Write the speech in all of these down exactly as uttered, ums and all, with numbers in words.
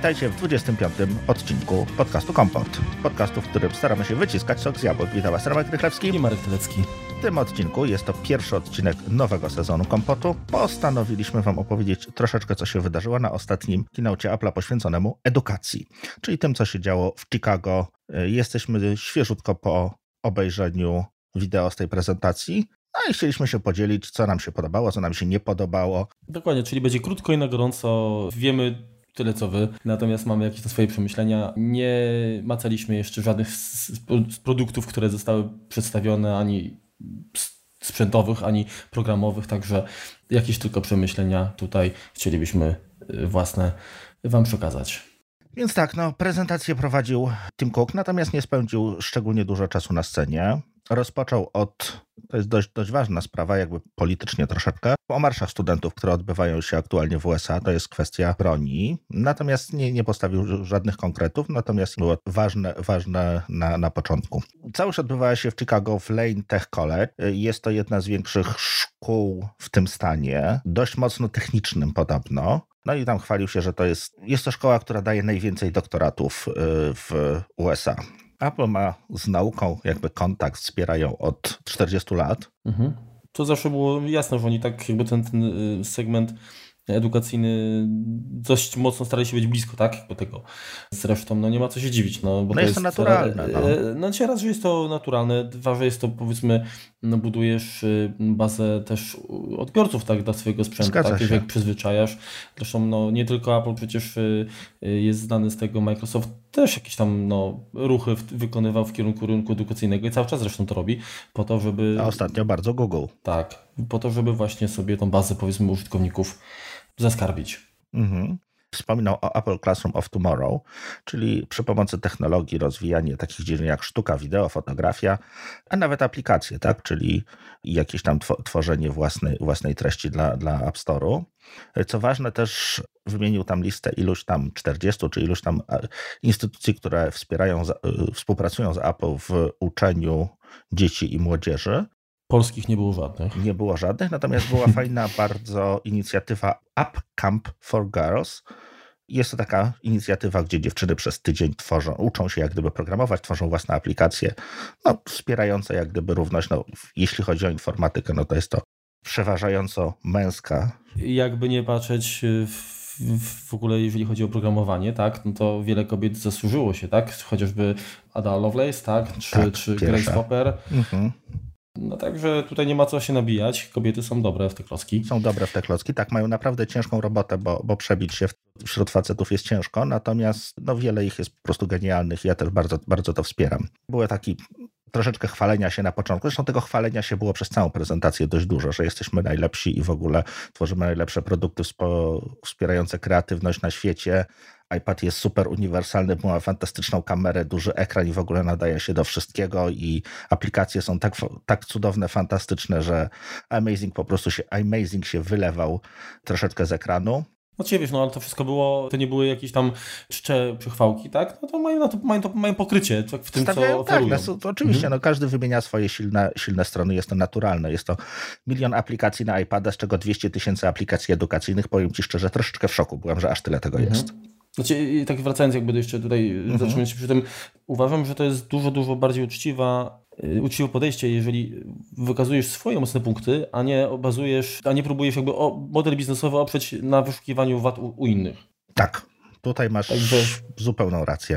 Witajcie w dwudziestym piątym odcinku podcastu Kompot. Podcastu, w którym staramy się wyciskać sok z jabłek. Witam Was, Romek Rychlewski i Marek Tylecki. W tym odcinku jest to pierwszy odcinek nowego sezonu Kompotu. Postanowiliśmy Wam opowiedzieć troszeczkę, co się wydarzyło na ostatnim keynocie Apple'a poświęconemu edukacji, czyli tym, co się działo w Chicago. Jesteśmy świeżutko po obejrzeniu wideo z tej prezentacji, a i chcieliśmy się podzielić, co nam się podobało, co nam się nie podobało. Dokładnie, czyli będzie krótko i na gorąco. Wiemy tyle, co wy, natomiast mamy jakieś swoje przemyślenia. Nie macaliśmy jeszcze żadnych z, z produktów, które zostały przedstawione, ani sprzętowych, ani programowych, także jakieś tylko przemyślenia tutaj chcielibyśmy własne Wam przekazać. Więc tak, no prezentację prowadził Tim Cook, natomiast nie spędził szczególnie dużo czasu na scenie. Rozpoczął od, to jest dość, dość ważna sprawa, jakby politycznie troszeczkę, o marszach studentów, które odbywają się aktualnie w U S A, to jest kwestia broni, natomiast nie, nie postawił żadnych konkretów, natomiast było ważne, ważne na, na początku. Całość odbywała się w Chicago w Lane Tech College. Jest to jedna z większych szkół w tym stanie, dość mocno technicznym podobno. No i tam chwalił się, że to jest, jest to szkoła, która daje najwięcej doktoratów w U S A. Apple ma z nauką jakby kontakt, wspierają od czterdziestu lat. Mhm. To zawsze było jasne, że oni tak jakby ten, ten segment edukacyjny dość mocno starali się być blisko, tak? Do tego. Zresztą no nie ma co się dziwić. No, bo no to jest to naturalne. No. No raz, że jest to naturalne, dwa, że jest to powiedzmy, no budujesz bazę też odbiorców tak, dla swojego sprzętu, tak? Jak przyzwyczajasz. Zresztą no, nie tylko Apple przecież jest znany z tego, Microsoft też jakieś tam no, ruchy wykonywał w kierunku rynku edukacyjnego i cały czas zresztą to robi po to, żeby... A ostatnio bardzo Google. Tak, po to, żeby właśnie sobie tą bazę powiedzmy użytkowników zaskarbić. Mhm. Wspominał o Apple Classroom of Tomorrow, czyli przy pomocy technologii rozwijanie takich dziedzin jak sztuka, wideo, fotografia, a nawet aplikacje, tak? Czyli jakieś tam tworzenie własnej, własnej treści dla, dla App Store'u. Co ważne, też wymienił tam listę iluś tam czterdziestu czy iluś tam instytucji, które wspierają, współpracują z Apple w uczeniu dzieci i młodzieży. Polskich nie było żadnych. Nie było żadnych, natomiast była fajna bardzo inicjatywa App Camp for Girls. Jest to taka inicjatywa, gdzie dziewczyny przez tydzień tworzą, uczą się jak gdyby programować, tworzą własne aplikacje, no, wspierające jak gdyby równość. No, jeśli chodzi o informatykę, no to jest to przeważająco męska. Jakby nie patrzeć w, w ogóle, jeżeli chodzi o programowanie, tak, no to wiele kobiet zasłużyło się, tak, chociażby Ada Lovelace, tak, czy, tak, czy Grace Hopper. Mhm. No także tutaj nie ma co się nabijać. Kobiety są dobre w te klocki. Są dobre w te klocki, tak, mają naprawdę ciężką robotę, bo, bo przebić się wśród facetów jest ciężko, natomiast no, wiele ich jest po prostu genialnych i ja też bardzo, bardzo to wspieram. Był taki troszeczkę chwalenia się na początku, zresztą tego chwalenia się było przez całą prezentację dość dużo, że jesteśmy najlepsi i w ogóle tworzymy najlepsze produkty wspierające kreatywność na świecie. iPad jest super uniwersalny, ma fantastyczną kamerę, duży ekran i w ogóle nadaje się do wszystkiego i aplikacje są tak, tak cudowne, fantastyczne, że Amazing po prostu się, Amazing się wylewał troszeczkę z ekranu. No ciebie wiesz, no ale to wszystko było, to nie były jakieś tam czcze przychwałki, tak? No to mają, no to mają, to mają pokrycie w tym, Stawiają, co oferują. Tak, no, to oczywiście, mhm. no, każdy wymienia swoje silne, silne strony, jest to naturalne. Jest to milion aplikacji na iPada, z czego dwieście tysięcy aplikacji edukacyjnych. Powiem Ci szczerze, troszeczkę w szoku byłem, że aż tyle tego mhm. jest. Znaczy, tak wracając jakby jeszcze tutaj, mhm. zatrzymując się przy tym, uważam, że to jest dużo, dużo bardziej uczciwa, uczciwe podejście, jeżeli wykazujesz swoje mocne punkty, a nie bazujesz, a nie próbujesz jakby o, model biznesowy oprzeć na wyszukiwaniu wad u, u innych. Tak, tutaj masz Także... zupełną rację.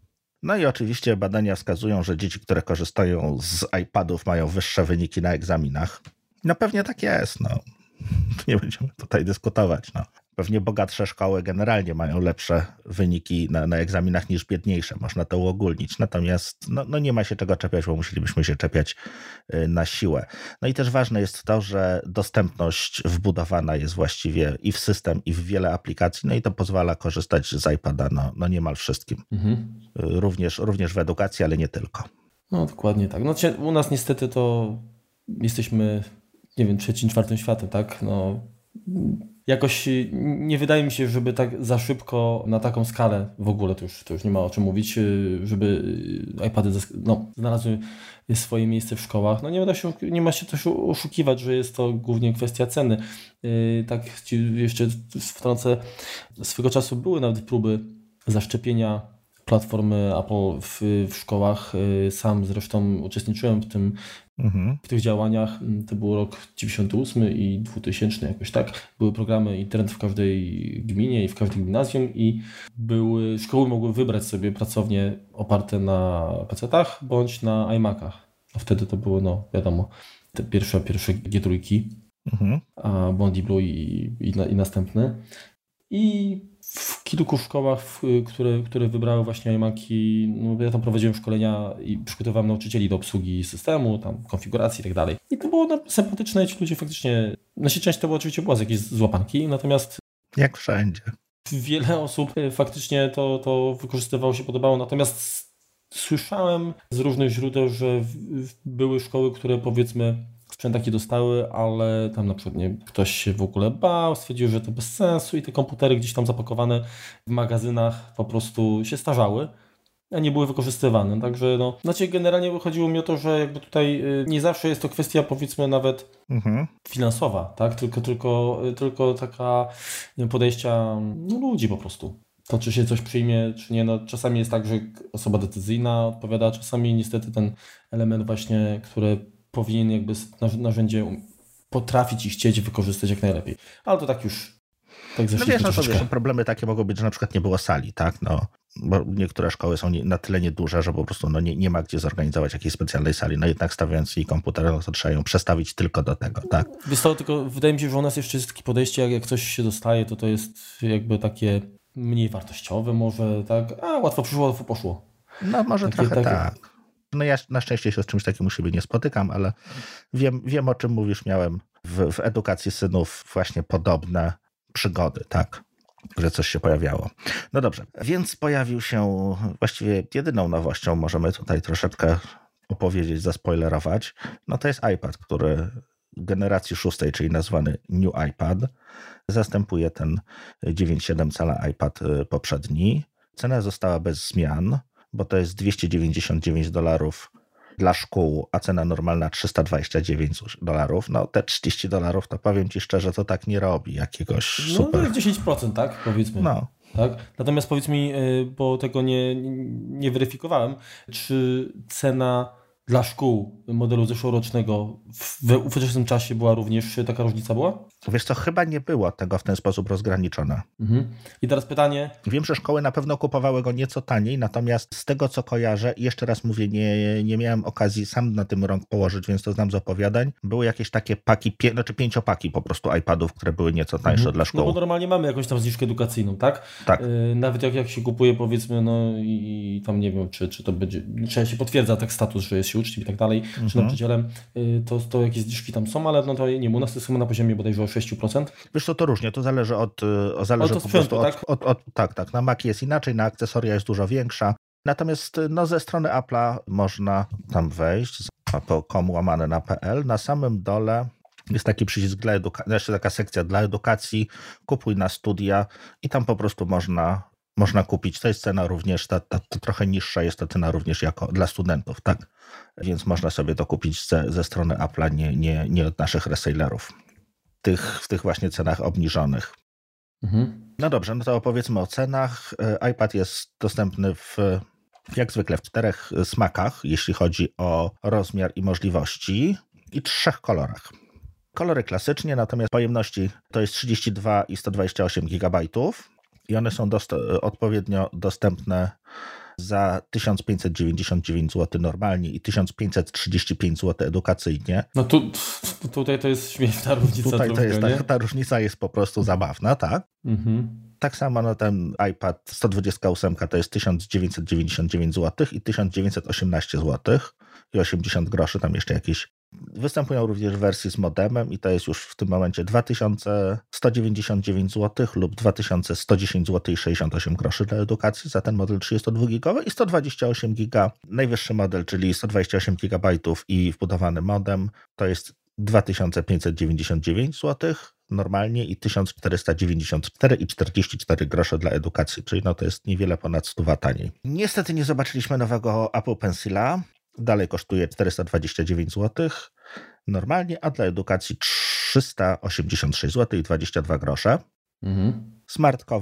No i oczywiście badania wskazują, że dzieci, które korzystają z iPadów, mają wyższe wyniki na egzaminach. No pewnie tak jest, no. Nie będziemy tutaj dyskutować, no. Pewnie bogatsze szkoły generalnie mają lepsze wyniki na, na egzaminach niż biedniejsze. Można to uogólnić. Natomiast no, no nie ma się czego czepiać, bo musielibyśmy się czepiać na siłę. No i też ważne jest to, że dostępność wbudowana jest właściwie i w system, i w wiele aplikacji. No i to pozwala korzystać z iPada no, no niemal wszystkim. Mhm. Również, również w edukacji, ale nie tylko. No dokładnie tak. No, u nas niestety to jesteśmy, nie wiem, trzecim, czwartym światem, tak? No... Jakoś nie wydaje mi się, żeby tak za szybko na taką skalę, w ogóle to już, to już nie ma o czym mówić, żeby iPady no, znalazły swoje miejsce w szkołach. No nie ma się, nie ma się też oszukiwać, że jest to głównie kwestia ceny. Tak ci jeszcze wtrącę, swego czasu były nawet próby zaszczepienia platformy Apple w, w szkołach. Sam zresztą uczestniczyłem w tym, mhm. w tych działaniach. To był rok dziewięćdziesiąty ósmy i dwutysięczny jakoś tak. Były programy internet w każdej gminie i w każdym gimnazjum i były, szkoły mogły wybrać sobie pracownie oparte na pecetach bądź na iMacach. A wtedy to było, no wiadomo, te pierwsze, pierwsze G trzy, mhm. a Bondi Blue i, i, na, i następny. I w kilku szkołach, w, które, które wybrały właśnie iMaki, no ja tam prowadziłem szkolenia i przygotowałem nauczycieli do obsługi systemu, tam konfiguracji i tak dalej. I to było no, sympatyczne i ci ludzie faktycznie, znaczy część to było, oczywiście była z jakiejś złapanki, natomiast jak wszędzie. Wiele osób faktycznie to, to wykorzystywało, się podobało, natomiast słyszałem z różnych źródeł, że w, w były szkoły, które powiedzmy sprzęt taki dostały, ale tam na przykład nie, ktoś się w ogóle bał, stwierdził, że to bez sensu i te komputery gdzieś tam zapakowane w magazynach po prostu się starzały, a nie były wykorzystywane. Także no, znaczy generalnie chodziło mi o to, że jakby tutaj nie zawsze jest to kwestia powiedzmy nawet mhm. finansowa, tak? Tylko, tylko, tylko taka nie wiem, podejścia no, ludzi po prostu. To czy się coś przyjmie, czy nie, no czasami jest tak, że osoba decyzyjna odpowiada, czasami niestety ten element właśnie, który powinien jakby narzędzie potrafić i chcieć wykorzystać jak najlepiej. Ale to tak już tak no wiesz, no to wiesz, problemy takie mogą być, że na przykład nie było sali, tak? No, bo niektóre szkoły są nie, na tyle nieduże, że po prostu no, nie, nie ma gdzie zorganizować jakiejś specjalnej sali. No jednak stawiając jej komputer, no to trzeba ją przestawić tylko do tego, tak? Wiesz co, tylko wydaje mi się, że u nas jeszcze jest takie podejście, jak, jak coś się dostaje, to to jest jakby takie mniej wartościowe może, tak? A łatwo przyszło, łatwo poszło. No może takie, trochę takie... tak. No ja na szczęście się z czymś takim u siebie nie spotykam, ale wiem, wiem o czym mówisz. Miałem w, w edukacji synów właśnie podobne przygody, tak, że coś się pojawiało. No dobrze, więc pojawił się właściwie jedyną nowością, możemy tutaj troszeczkę opowiedzieć, zaspoilerować, no to jest iPad, który generacji szóstej, czyli nazwany New iPad, zastępuje ten dziewięć przecinek siedem cala iPad poprzedni. Cena została bez zmian, bo to jest dwieście dziewięćdziesiąt dziewięć dolarów dla szkół, a cena normalna trzysta dwadzieścia dziewięć dolarów. No te trzydzieści dolarów, to powiem ci szczerze, to tak nie robi jakiegoś super. No to jest dziesięć procent, tak? Powiedzmy. No. Tak? Natomiast powiedz mi, bo tego nie, nie weryfikowałem, czy cena dla szkół modelu zeszłorocznego w, w ówczesnym czasie była również, taka różnica była? Wiesz co, chyba nie było tego w ten sposób rozgraniczone. Mhm. I teraz pytanie. Wiem, że szkoły na pewno kupowały go nieco taniej, natomiast z tego co kojarzę, jeszcze raz mówię, nie, nie miałem okazji sam na tym rąk położyć, więc to znam z opowiadań, były jakieś takie paki, pie, znaczy pięciopaki po prostu iPadów, które były nieco tańsze mhm. dla szkół. No bo normalnie mamy jakąś tam zniżkę edukacyjną, tak? Tak. Yy, nawet jak, jak się kupuje powiedzmy, no i, i tam nie wiem, czy, czy to będzie, czy się potwierdza tak status, że jest się uczniów i tak dalej, mhm. czy nauczycielem, yy, to, to jakieś zniżki tam są, ale no to nie wiem, u nas to jest chyba na poziomie bodajże o sześć procent. Wiesz co, to różnie, to zależy od, zależy od po sprzętu, prostu tak? Od, od, od, tak, tak, na Maci jest inaczej, na akcesoria jest dużo większa, natomiast no, ze strony Apple'a można tam wejść, apple kropka com łamane na pl, na samym dole jest taki przycisk dla edukacji, jeszcze taka sekcja dla edukacji, kupuj na studia i tam po prostu można, można kupić, to jest cena również, ta, ta, ta trochę niższa jest ta cena również jako dla studentów, tak, więc można sobie to kupić ze, ze strony Apple'a, nie, nie, nie od naszych resellerów. Tych, w tych właśnie cenach obniżonych. Mhm. No dobrze, no to opowiedzmy o cenach. iPad jest dostępny w, jak zwykle w czterech smakach, jeśli chodzi o rozmiar i możliwości i trzech kolorach. Kolory klasycznie, natomiast pojemności to jest trzydzieści dwa i sto dwadzieścia osiem gigabajtów i one są dost- odpowiednio dostępne za tysiąc pięćset dziewięćdziesiąt dziewięć złotych normalnie i tysiąc pięćset trzydzieści pięć złotych edukacyjnie. No tu, tutaj to jest śmieszna różnica. Tutaj trochę, to jest, ta, ta różnica jest po prostu zabawna, tak? Mhm. Tak samo no, ten iPad sto dwadzieścia osiem to jest tysiąc dziewięćset dziewięćdziesiąt dziewięć złotych i tysiąc dziewięćset osiemnaście złotych i osiemdziesiąt groszy, tam jeszcze jakieś. Występują również wersje z modemem i to jest już w tym momencie dwa tysiące sto dziewięćdziesiąt dziewięć złotych lub dwa tysiące sto dziesięć złotych i sześćdziesiąt osiem groszy dla edukacji za ten model trzydziestodwugigowy i sto dwadzieścia osiem giga. Najwyższy model, czyli sto dwadzieścia osiem gigabajtów i wbudowany modem, to jest dwa tysiące pięćset dziewięćdziesiąt dziewięć złotych normalnie i tysiąc czterysta dziewięćdziesiąt cztery i czterdzieści cztery grosze dla edukacji, czyli no to jest niewiele ponad sto taniej. Niestety nie zobaczyliśmy nowego Apple Pencila. Dalej kosztuje czterysta dwadzieścia dziewięć złotych normalnie, a dla edukacji trzysta osiemdziesiąt sześć złotych i dwadzieścia dwa grosze. Mhm. Smart cover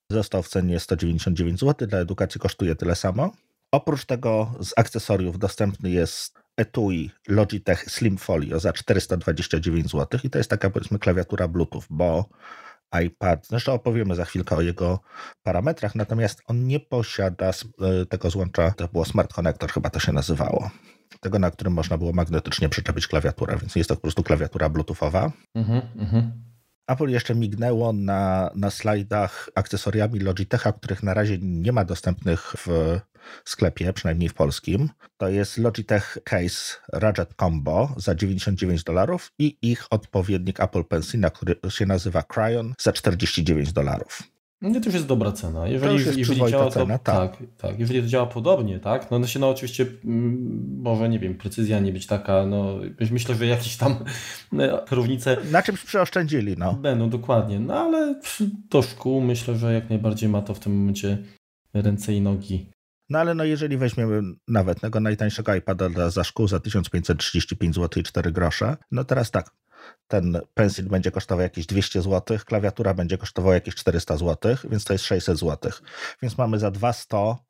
Został w cenie sto dziewięćdziesiąt dziewięć złotych, dla edukacji kosztuje tyle samo. Oprócz tego z akcesoriów dostępny jest etui Logitech Slim Folio za czterysta dwadzieścia dziewięć złotych i to jest taka, powiedzmy, klawiatura Bluetooth, bo iPad, zresztą opowiemy za chwilkę o jego parametrach, natomiast on nie posiada tego złącza, to było Smart Connector, chyba to się nazywało, tego, na którym można było magnetycznie przyczepić klawiaturę, więc jest to po prostu klawiatura bluetoothowa. Mhm, mhm. Apple jeszcze mignęło na, na slajdach akcesoriami Logitecha, których na razie nie ma dostępnych w sklepie, przynajmniej w polskim. To jest Logitech Case Radget Combo za dziewięćdziesiąt dziewięć dolarów i ich odpowiednik Apple Pencil, który się nazywa Cryon, za czterdzieści dziewięć dolarów. No to już jest dobra cena. Jeżeli, to już jest jeżeli działa to, cena, tak. tak, tak. Jeżeli to działa podobnie, tak, no, no się no oczywiście m, może, nie wiem, precyzja nie być taka, no myślę, że jakieś tam no, różnice na czymś przeoszczędzili, no. Będą, dokładnie, no ale do szkół myślę, że jak najbardziej ma to w tym momencie ręce i nogi. No ale no jeżeli weźmiemy nawet tego najtańszego iPada dla, za szkół za tysiąc pięćset trzydzieści pięć złotych i cztery grosze, no teraz tak, ten Pencil będzie kosztował jakieś dwieście złotych, klawiatura będzie kosztowała jakieś czterysta złotych, więc to jest sześćset złotych. Więc mamy za dwieście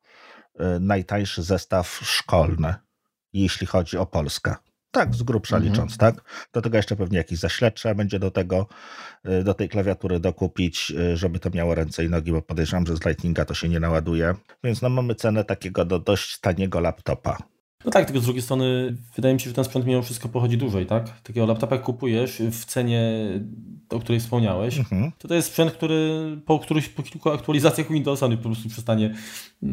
y, najtańszy zestaw szkolny, jeśli chodzi o Polskę. Tak, z grubsza mhm. licząc, tak? Do tego jeszcze pewnie jakieś zaśledcze będzie do tego, do tej klawiatury dokupić, żeby to miało ręce i nogi, bo podejrzewam, że z Lightninga to się nie naładuje. Więc no mamy cenę takiego do dość taniego laptopa. No tak, tylko z drugiej strony wydaje mi się, że ten sprzęt mimo wszystko pochodzi dłużej, tak? Takiego laptopa jak kupujesz w cenie, o której wspomniałeś, mhm. to to jest sprzęt, który po, których, po kilku aktualizacjach Windowsa po prostu przestanie yy,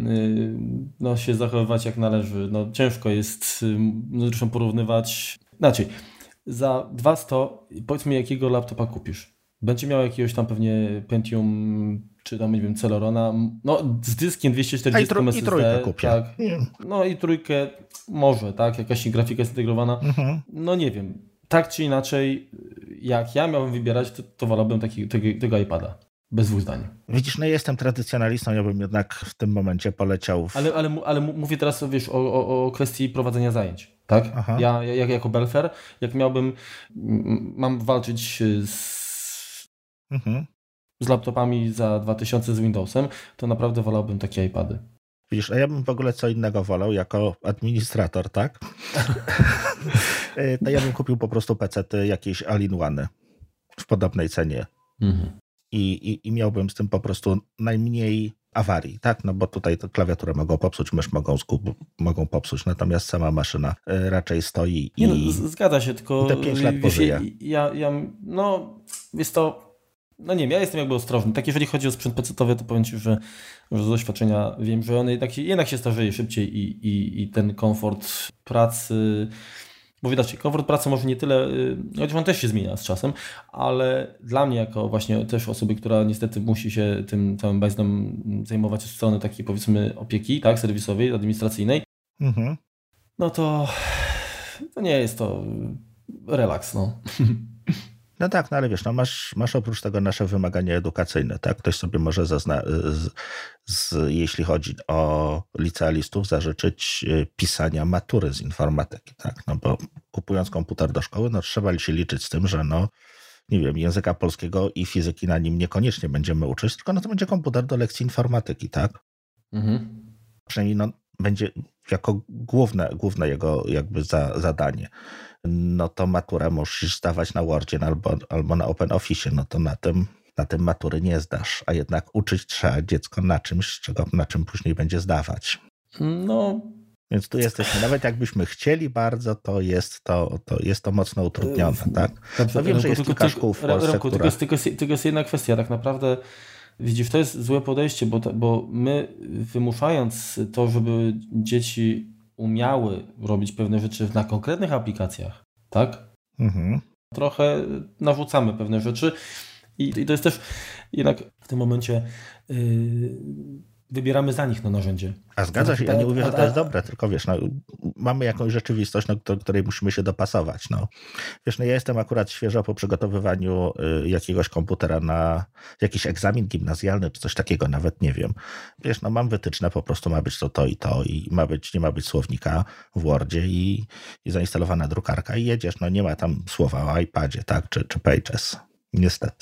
no, się zachowywać jak należy. No, ciężko jest no, zresztą porównywać. Znaczy, za dwieście, powiedzmy, jakiego laptopa kupisz? Będzie miał jakiegoś tam pewnie Pentium czy tam, nie wiem, Celerona, no z dyskiem dwieście czterdzieści S S D. I trójkę kupię. Tak. No i trójkę może, tak, jakaś grafika jest zintegrowana. Mhm. No nie wiem, tak czy inaczej, jak ja miałbym wybierać, to, to wolałbym taki, tego, tego iPada. Bez dwóch zdań. Widzisz, no jestem tradycjonalistą, ja bym jednak w tym momencie poleciał w... Ale, ale, ale mówię teraz, wiesz, o, o, o kwestii prowadzenia zajęć, tak? Aha. Ja, ja jako belfer, jak miałbym, mam walczyć z Mhm. z laptopami za dwa tysiące z Windowsem, to naprawdę wolałbym takie iPady. Widzisz, a ja bym w ogóle co innego wolał jako administrator, tak? To ja bym kupił po prostu pecety jakieś all-in-one w podobnej cenie. Mhm. I, i, I miałbym z tym po prostu najmniej awarii, tak? No bo tutaj to klawiaturę mogą popsuć, mysz mogą, zgub, mogą popsuć, natomiast sama maszyna raczej stoi i... Nie no, zgadza się, tylko... te pięć lat pożyje. Ja, ja, no, jest to... No nie wiem, ja jestem jakby ostrożny. Tak jeżeli chodzi o sprzęt pecetowy, to powiem Ci, że, że z doświadczenia wiem, że on jednak się, jednak się starzeje szybciej i, i, i ten komfort pracy, bo widać, komfort pracy może nie tyle, chociaż on też się zmienia z czasem, ale dla mnie jako właśnie też osoby, która niestety musi się tym całym bazdem zajmować od strony takiej, powiedzmy, opieki, tak, serwisowej, administracyjnej, mhm. no to, to nie jest to relaks, no. No tak, no ale wiesz, no masz, masz oprócz tego nasze wymagania edukacyjne, tak? Ktoś sobie może, zazna- z, z, jeśli chodzi o licealistów, zażyczyć pisania matury z informatyki, tak? No bo kupując komputer do szkoły, no trzeba się liczyć z tym, że no, nie wiem, języka polskiego i fizyki na nim niekoniecznie będziemy uczyć, tylko no to będzie komputer do lekcji informatyki, tak? Mhm. Przynajmniej no, będzie jako główne, główne jego jakby za, zadanie. No to maturę musisz zdawać na Wordzie albo, albo na OpenOffice, no to na tym, na tym matury nie zdasz, a jednak uczyć trzeba dziecko na czymś, czego, na czym później będzie zdawać. No. Więc tu jesteśmy, nawet jakbyśmy chcieli bardzo, to jest to, to, jest to mocno utrudnione, tak? No wiem, że jest kilka szkół w Polsce, Remku, która... tylko, jest, tylko jest jedna kwestia, tak naprawdę widzisz, to jest złe podejście, bo, to, bo my wymuszając to, żeby dzieci umiały robić pewne rzeczy na konkretnych aplikacjach, tak? Mhm. Trochę narzucamy pewne rzeczy i, i to jest też jednak w tym momencie yy, wybieramy za nich na narzędzie. A zgadza się, ja nie mówię, że to jest dobre, tylko wiesz, no, mamy jakąś rzeczywistość, no, do której musimy się dopasować. No. Wiesz, no ja jestem akurat świeżo po przygotowywaniu y, jakiegoś komputera na jakiś egzamin gimnazjalny, czy coś takiego, nawet nie wiem. Wiesz, no mam wytyczne, po prostu ma być to to i to i ma być, nie ma być słownika w Wordzie i, i zainstalowana drukarka i jedziesz, no nie ma tam słowa o iPadzie, tak, czy, czy Pages, niestety.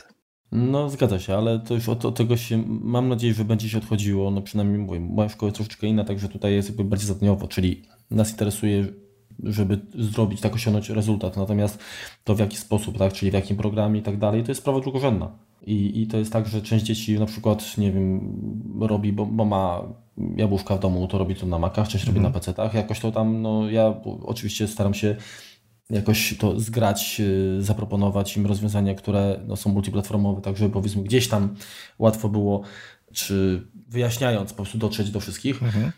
No zgadza się, ale to już od, od tego się, mam nadzieję, że będzie się odchodziło, no przynajmniej mówię, moja szkoła jest troszeczkę inna, także tutaj jest jakby bardziej zadaniowo, czyli nas interesuje, żeby zrobić, tak osiągnąć rezultat, natomiast to w jaki sposób, tak, czyli w jakim programie i tak dalej, to jest sprawa drugorzędna. I, I to jest tak, że część dzieci na przykład, nie wiem, robi, bo, bo ma jabłuszka w domu, to robi to na Macach, część robi na pecetach, jakoś to tam, no ja oczywiście staram się jakoś to zgrać, zaproponować im rozwiązania, które no, są multiplatformowe, tak żeby powiedzmy gdzieś tam łatwo było, czy wyjaśniając, po prostu dotrzeć do wszystkich. Mhm.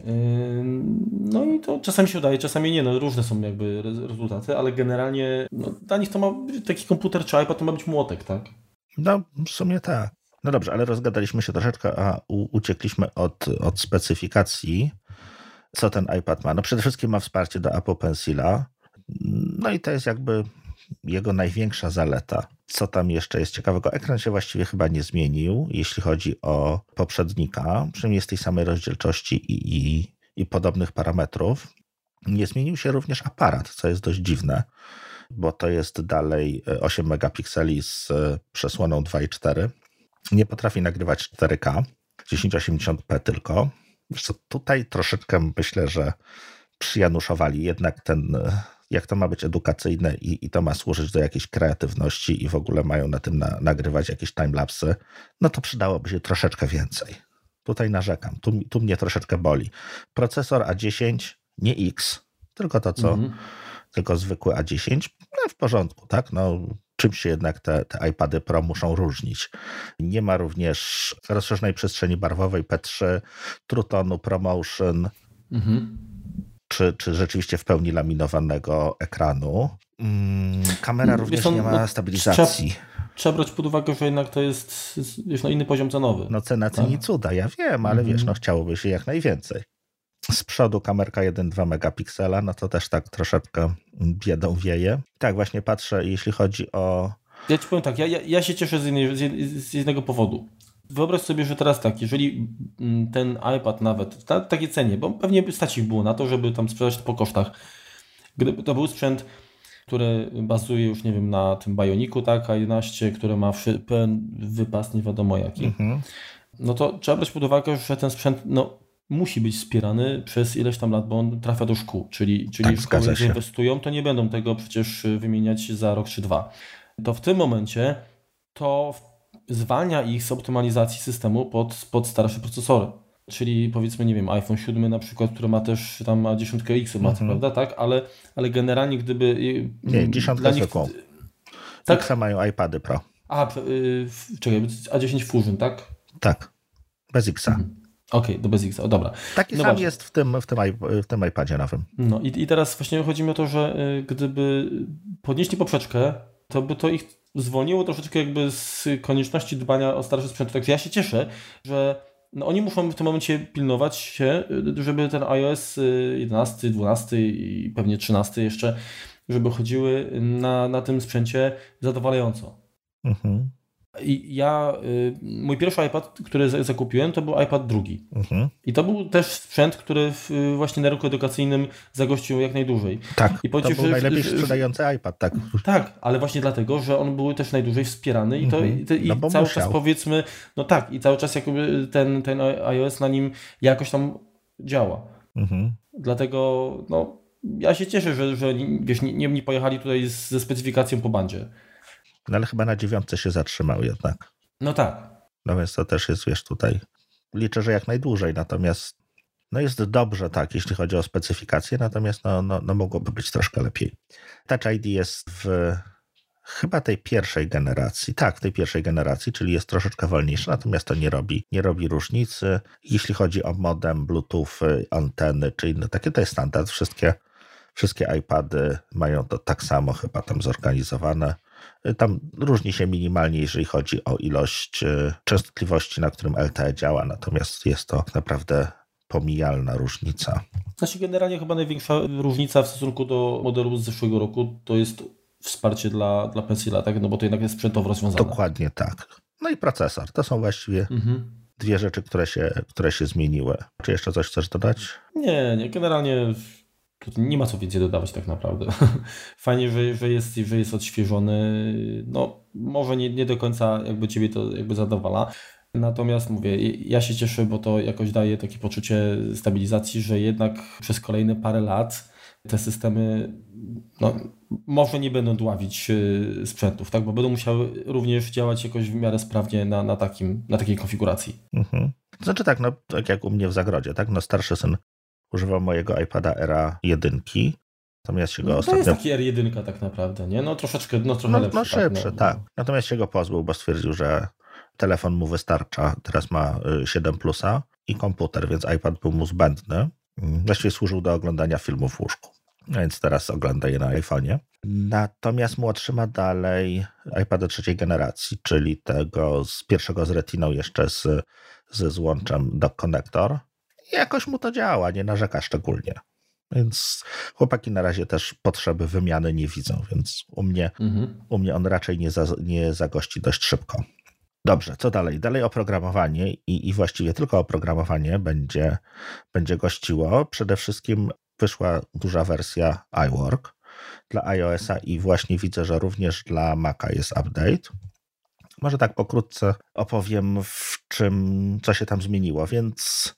No i to czasami się udaje, czasami nie, no różne są jakby rezultaty, ale generalnie no, dla nich to ma być taki komputer czy iPad, to ma być młotek, tak? No w sumie tak. No dobrze, ale rozgadaliśmy się troszeczkę, a u, uciekliśmy od, od specyfikacji, co ten iPad ma. No przede wszystkim ma wsparcie do Apple Pencila, no i to jest jakby jego największa zaleta. Co tam jeszcze jest ciekawego? Ekran się właściwie chyba nie zmienił, jeśli chodzi o poprzednika, przynajmniej z tej samej rozdzielczości i, i, i podobnych parametrów. Nie zmienił się również aparat, co jest dość dziwne, bo to jest dalej osiem megapikseli z przesłoną dwa i cztery. Nie potrafi nagrywać cztery K, tysiąc osiemdziesiąt p tylko. Wiesz co, tutaj troszeczkę myślę, że przyjanuszowali jednak ten, jak to ma być edukacyjne i, i to ma służyć do jakiejś kreatywności i w ogóle mają na tym na, nagrywać jakieś timelapsy, no to przydałoby się troszeczkę więcej. Tutaj narzekam, tu, tu mnie troszeczkę boli. Procesor A dziesięć, nie X, tylko to co, mm-hmm. tylko zwykły A dziesięć, no w porządku, tak, no czymś się jednak te, te iPady Pro muszą różnić. Nie ma również rozszerzonej przestrzeni barwowej P trzy, True Tone, ProMotion, mm-hmm. czy, czy rzeczywiście w pełni laminowanego ekranu. Mm, kamera również nie ma stabilizacji. Trzeba, trzeba brać pod uwagę, że jednak to jest już no inny poziom cenowy. No cena ceni tak? Cuda, ja wiem, ale mm-hmm. wiesz, no chciałoby się jak najwięcej. Z przodu kamerka jeden przecinek dwa megapiksela, no to też tak troszeczkę biedą wieje. Tak, właśnie patrzę, jeśli chodzi o... Ja ci powiem tak, ja, ja, ja się cieszę z, innej, z jednego powodu. Wyobraź sobie, że teraz tak, jeżeli ten iPad nawet w ta, takiej cenie, bo pewnie stać ich było na to, żeby tam sprzedać to po kosztach, gdyby to był sprzęt, który bazuje już, nie wiem, na tym Bioniku, tak, A jedenaście, który ma pełen wypas, nie wiadomo jaki, mhm. no to trzeba brać pod uwagę, że ten sprzęt, no musi być wspierany przez ileś tam lat, bo on trafia do szkół, czyli, czyli tak, szkoły, jak inwestują, to nie będą tego przecież wymieniać za rok czy dwa. To w tym momencie to zwalnia ich z optymalizacji systemu pod, pod starsze procesory. Czyli powiedzmy, nie wiem, iPhone siedem na przykład, który ma też tam ma dziesięć X, ma, mhm. prawda, tak? Ale, ale generalnie gdyby... Nie, dziesiątka nich... zwykłą. Tak? Tak samo mają iPady Pro. A, yy, czekaj, A dziesięć Fusion, tak? Tak, bez X-a. Mhm. Okej, okay, do bez X-a, o, dobra. Taki no sam właśnie. Jest w tym, w, tym, w tym iPadzie nowym. No i, i teraz właśnie chodzi mi o to, że y, gdyby podnieśli poprzeczkę, to by to ich zwolniło troszeczkę jakby z konieczności dbania o starszy sprzęt. Także ja się cieszę, że no oni muszą w tym momencie pilnować się, żeby ten iOS jedenasty, dwunasty i pewnie trzynasty jeszcze, żeby chodziły na, na tym sprzęcie zadowalająco. Mhm. I ja, mój pierwszy iPad, który zakupiłem, to był iPad drugi. Mhm. I to był też sprzęt, który w, właśnie na rynku edukacyjnym zagościł jak najdłużej. Tak, I to był że, najlepiej sprzedający iPad. Tak. tak, ale właśnie dlatego, że on był też najdłużej wspierany i, to, mhm. i, i no cały musiał. czas powiedzmy, no tak, i cały czas jakby ten, ten iOS na nim jakoś tam działa. Mhm. Dlatego no, ja się cieszę, że, że wiesz, nie, nie pojechali tutaj z, ze specyfikacją po bandzie. No ale chyba na dziewiątce się zatrzymał jednak. No tak. No więc to też jest, wiesz, tutaj liczę, że jak najdłużej, natomiast no jest dobrze, tak, jeśli chodzi o specyfikację, natomiast no, no, no mogłoby być troszkę lepiej. Touch I D jest w chyba tej pierwszej generacji, tak, w tej pierwszej generacji, czyli jest troszeczkę wolniejszy, natomiast to nie robi, nie robi różnicy. Jeśli chodzi o modem, Bluetooth, anteny czy inne takie, to jest standard. Wszystkie, wszystkie iPady mają to tak samo chyba tam zorganizowane. Tam różni się minimalnie, jeżeli chodzi o ilość częstotliwości, na którym L T E działa, natomiast jest to naprawdę pomijalna różnica. Znaczy generalnie chyba największa różnica w stosunku do modelu z zeszłego roku to jest wsparcie dla, dla Pencila, tak? No bo to jednak jest sprzętowo rozwiązane. Dokładnie tak. No i procesor. To są właściwie mhm. dwie rzeczy, które się, które się zmieniły. Czy jeszcze coś chcesz dodać? Nie, nie. Generalnie to nie ma co więcej dodawać tak naprawdę. Fajnie, że, że, jest, że jest odświeżony. No, może nie, nie do końca jakby ciebie to jakby zadowala. Natomiast mówię, ja się cieszę, bo to jakoś daje takie poczucie stabilizacji, że jednak przez kolejne parę lat te systemy no, może nie będą dławić sprzętów, tak? Bo będą musiały również działać jakoś w miarę sprawnie na, na, takim, na takiej konfiguracji. Mhm. Znaczy tak, no tak jak u mnie w zagrodzie, tak? No starszy syn używał mojego iPada Era jedynki, natomiast się go no, ostatnio... To jest taki R jeden tak naprawdę, nie? No troszeczkę, no trochę no, lepszy. No szybszy, tak. No, tak. no. Natomiast się go pozbył, bo stwierdził, że telefon mu wystarcza, teraz ma siedem plusa i komputer, więc iPad był mu zbędny. Właściwie służył do oglądania filmów w łóżku, więc teraz ogląda je na iPhone'ie. Natomiast młodszy ma dalej iPada trzeciej generacji, czyli tego z pierwszego z Retiną jeszcze z, ze złączem dock connector. I jakoś mu to działa, nie narzeka szczególnie. Więc chłopaki na razie też potrzeby wymiany nie widzą, więc u mnie, mhm. u mnie on raczej nie, za, nie zagości dość szybko. Dobrze, co dalej? Dalej oprogramowanie i, i właściwie tylko oprogramowanie będzie, będzie gościło. Przede wszystkim wyszła duża wersja iWork dla iOS-a i właśnie widzę, że również dla Maca jest update. Może tak pokrótce opowiem, w czym, co się tam zmieniło, więc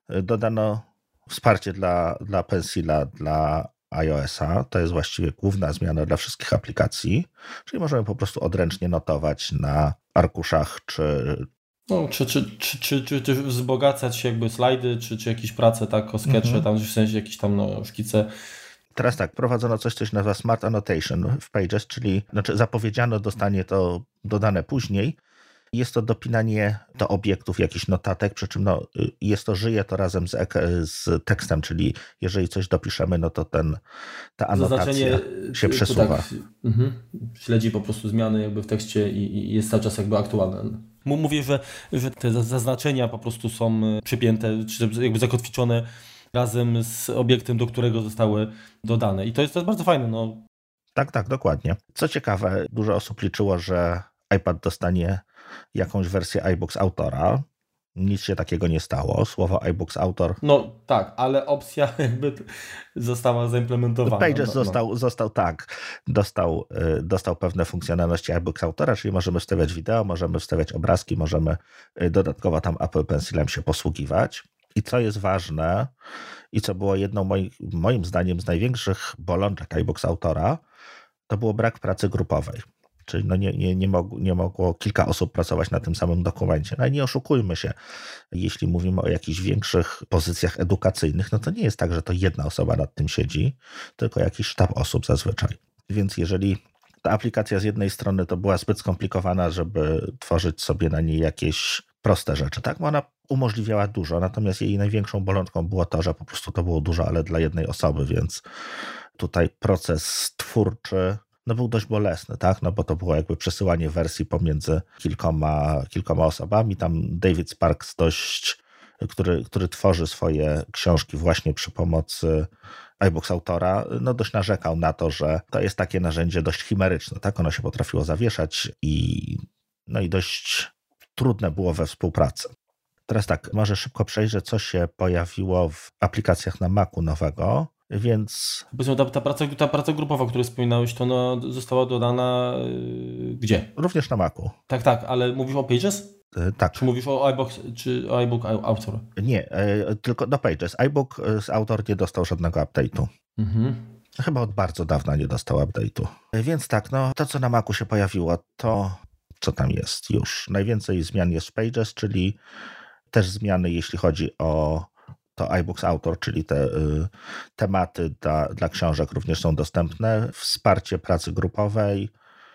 dodano wsparcie dla, dla Pencila, dla iOS-a. To jest właściwie główna zmiana dla wszystkich aplikacji, czyli możemy po prostu odręcznie notować na arkuszach, czy... No, czy, czy, czy, czy, czy, czy wzbogacać się jakby slajdy, czy, czy jakieś prace, tak, o sketche, mhm. tam w sensie jakieś tam no, szkice. Teraz tak, prowadzono coś, co się nazywa Smart Annotation w Pages, czyli znaczy zapowiedziano, dostanie to dodane później. Jest to dopinanie do obiektów jakichś notatek, przy czym no, jest to, żyje to razem z, z tekstem, czyli jeżeli coś dopiszemy, no to ten, ta anotacja się przesuwa. Tak, mhm, śledzi po prostu zmiany jakby w tekście i, i jest cały czas jakby aktualne. Mówię, że, że te zaznaczenia po prostu są przypięte, czy jakby zakotwiczone razem z obiektem, do którego zostały dodane. I to jest, to jest bardzo fajne. No. Tak, tak, dokładnie. Co ciekawe, dużo osób liczyło, że iPad dostanie jakąś wersję iBooks Autora. Nic się takiego nie stało. Słowo iBooks Autor... No tak, ale opcja jakby została zaimplementowana. Pages no, został, no. został tak, dostał, dostał pewne funkcjonalności iBooks Autora, czyli możemy wstawiać wideo, możemy wstawiać obrazki, możemy dodatkowo tam Apple Pencilem się posługiwać. I co jest ważne i co było jedną moi, moim zdaniem z największych bolączek iBooks Autora, to było brak pracy grupowej. Czyli no nie, nie, nie, mogło, nie mogło kilka osób pracować na tym samym dokumencie. No i nie oszukujmy się, jeśli mówimy o jakichś większych pozycjach edukacyjnych, no to nie jest tak, że to jedna osoba nad tym siedzi, tylko jakiś sztab osób zazwyczaj. Więc jeżeli ta aplikacja z jednej strony to była zbyt skomplikowana, żeby tworzyć sobie na niej jakieś proste rzeczy, tak? Bo ona umożliwiała dużo, natomiast jej największą bolączką było to, że po prostu to było dużo, ale dla jednej osoby, więc tutaj proces twórczy no był dość bolesny, tak? No bo to było jakby przesyłanie wersji pomiędzy kilkoma, kilkoma osobami. Tam David Sparks dość, który, który tworzy swoje książki właśnie przy pomocy iBooks Autora, no dość narzekał na to, że to jest takie narzędzie dość chimeryczne, tak? Ono się potrafiło zawieszać i no i dość trudne było we współpracy. Teraz tak, może szybko przejrzę, co się pojawiło w aplikacjach na Macu nowego. Więc... Ta, ta, praca, ta praca grupowa, o której wspominałeś, to no, została dodana yy, gdzie? Również na Macu. Tak, tak, ale mówisz o Pages? Yy, tak. Czy mówisz o iBooks, czy iBook Author? Nie, yy, tylko do Pages. iBook z Author nie dostał żadnego update'u. Mhm. Chyba od bardzo dawna nie dostał update'u. Yy, więc tak, no to co na Macu się pojawiło, to co tam jest już. Najwięcej zmian jest w Pages, czyli też zmiany, jeśli chodzi o to iBooks Author, czyli te y, tematy dla, dla książek również są dostępne, wsparcie pracy grupowej,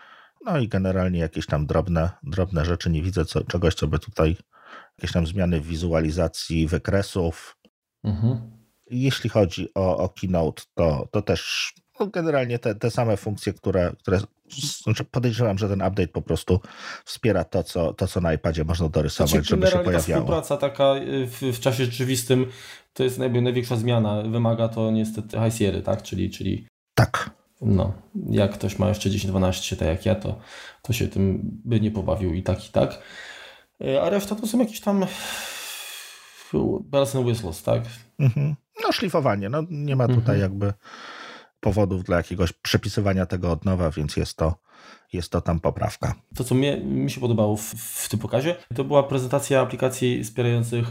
no i generalnie jakieś tam drobne, drobne rzeczy. Nie widzę co, czegoś, co by tutaj, jakieś tam zmiany w wizualizacji wykresów. Mhm. Jeśli chodzi o, o Keynote, to, to też no generalnie te, te same funkcje, które, które znaczy podejrzewam, że ten update po prostu wspiera to, co, to, co na iPadzie można dorysować, znaczy, żeby się pojawiało. Współpraca taka w, w czasie rzeczywistym to jest najby największa zmiana. Wymaga to niestety High Sierra, tak? Czyli, czyli tak. No, jak ktoś ma jeszcze dziesięć dwanaście, tak jak ja, to, to się tym by nie pobawił i tak, i tak. A reszta to są jakieś tam bells and whistles, tak? Mhm. No szlifowanie, no nie ma tutaj mhm. jakby powodów dla jakiegoś przepisywania tego od nowa, więc jest to, jest to tam poprawka. To, co mnie, mi się podobało w, w tym pokazie, to była prezentacja aplikacji wspierających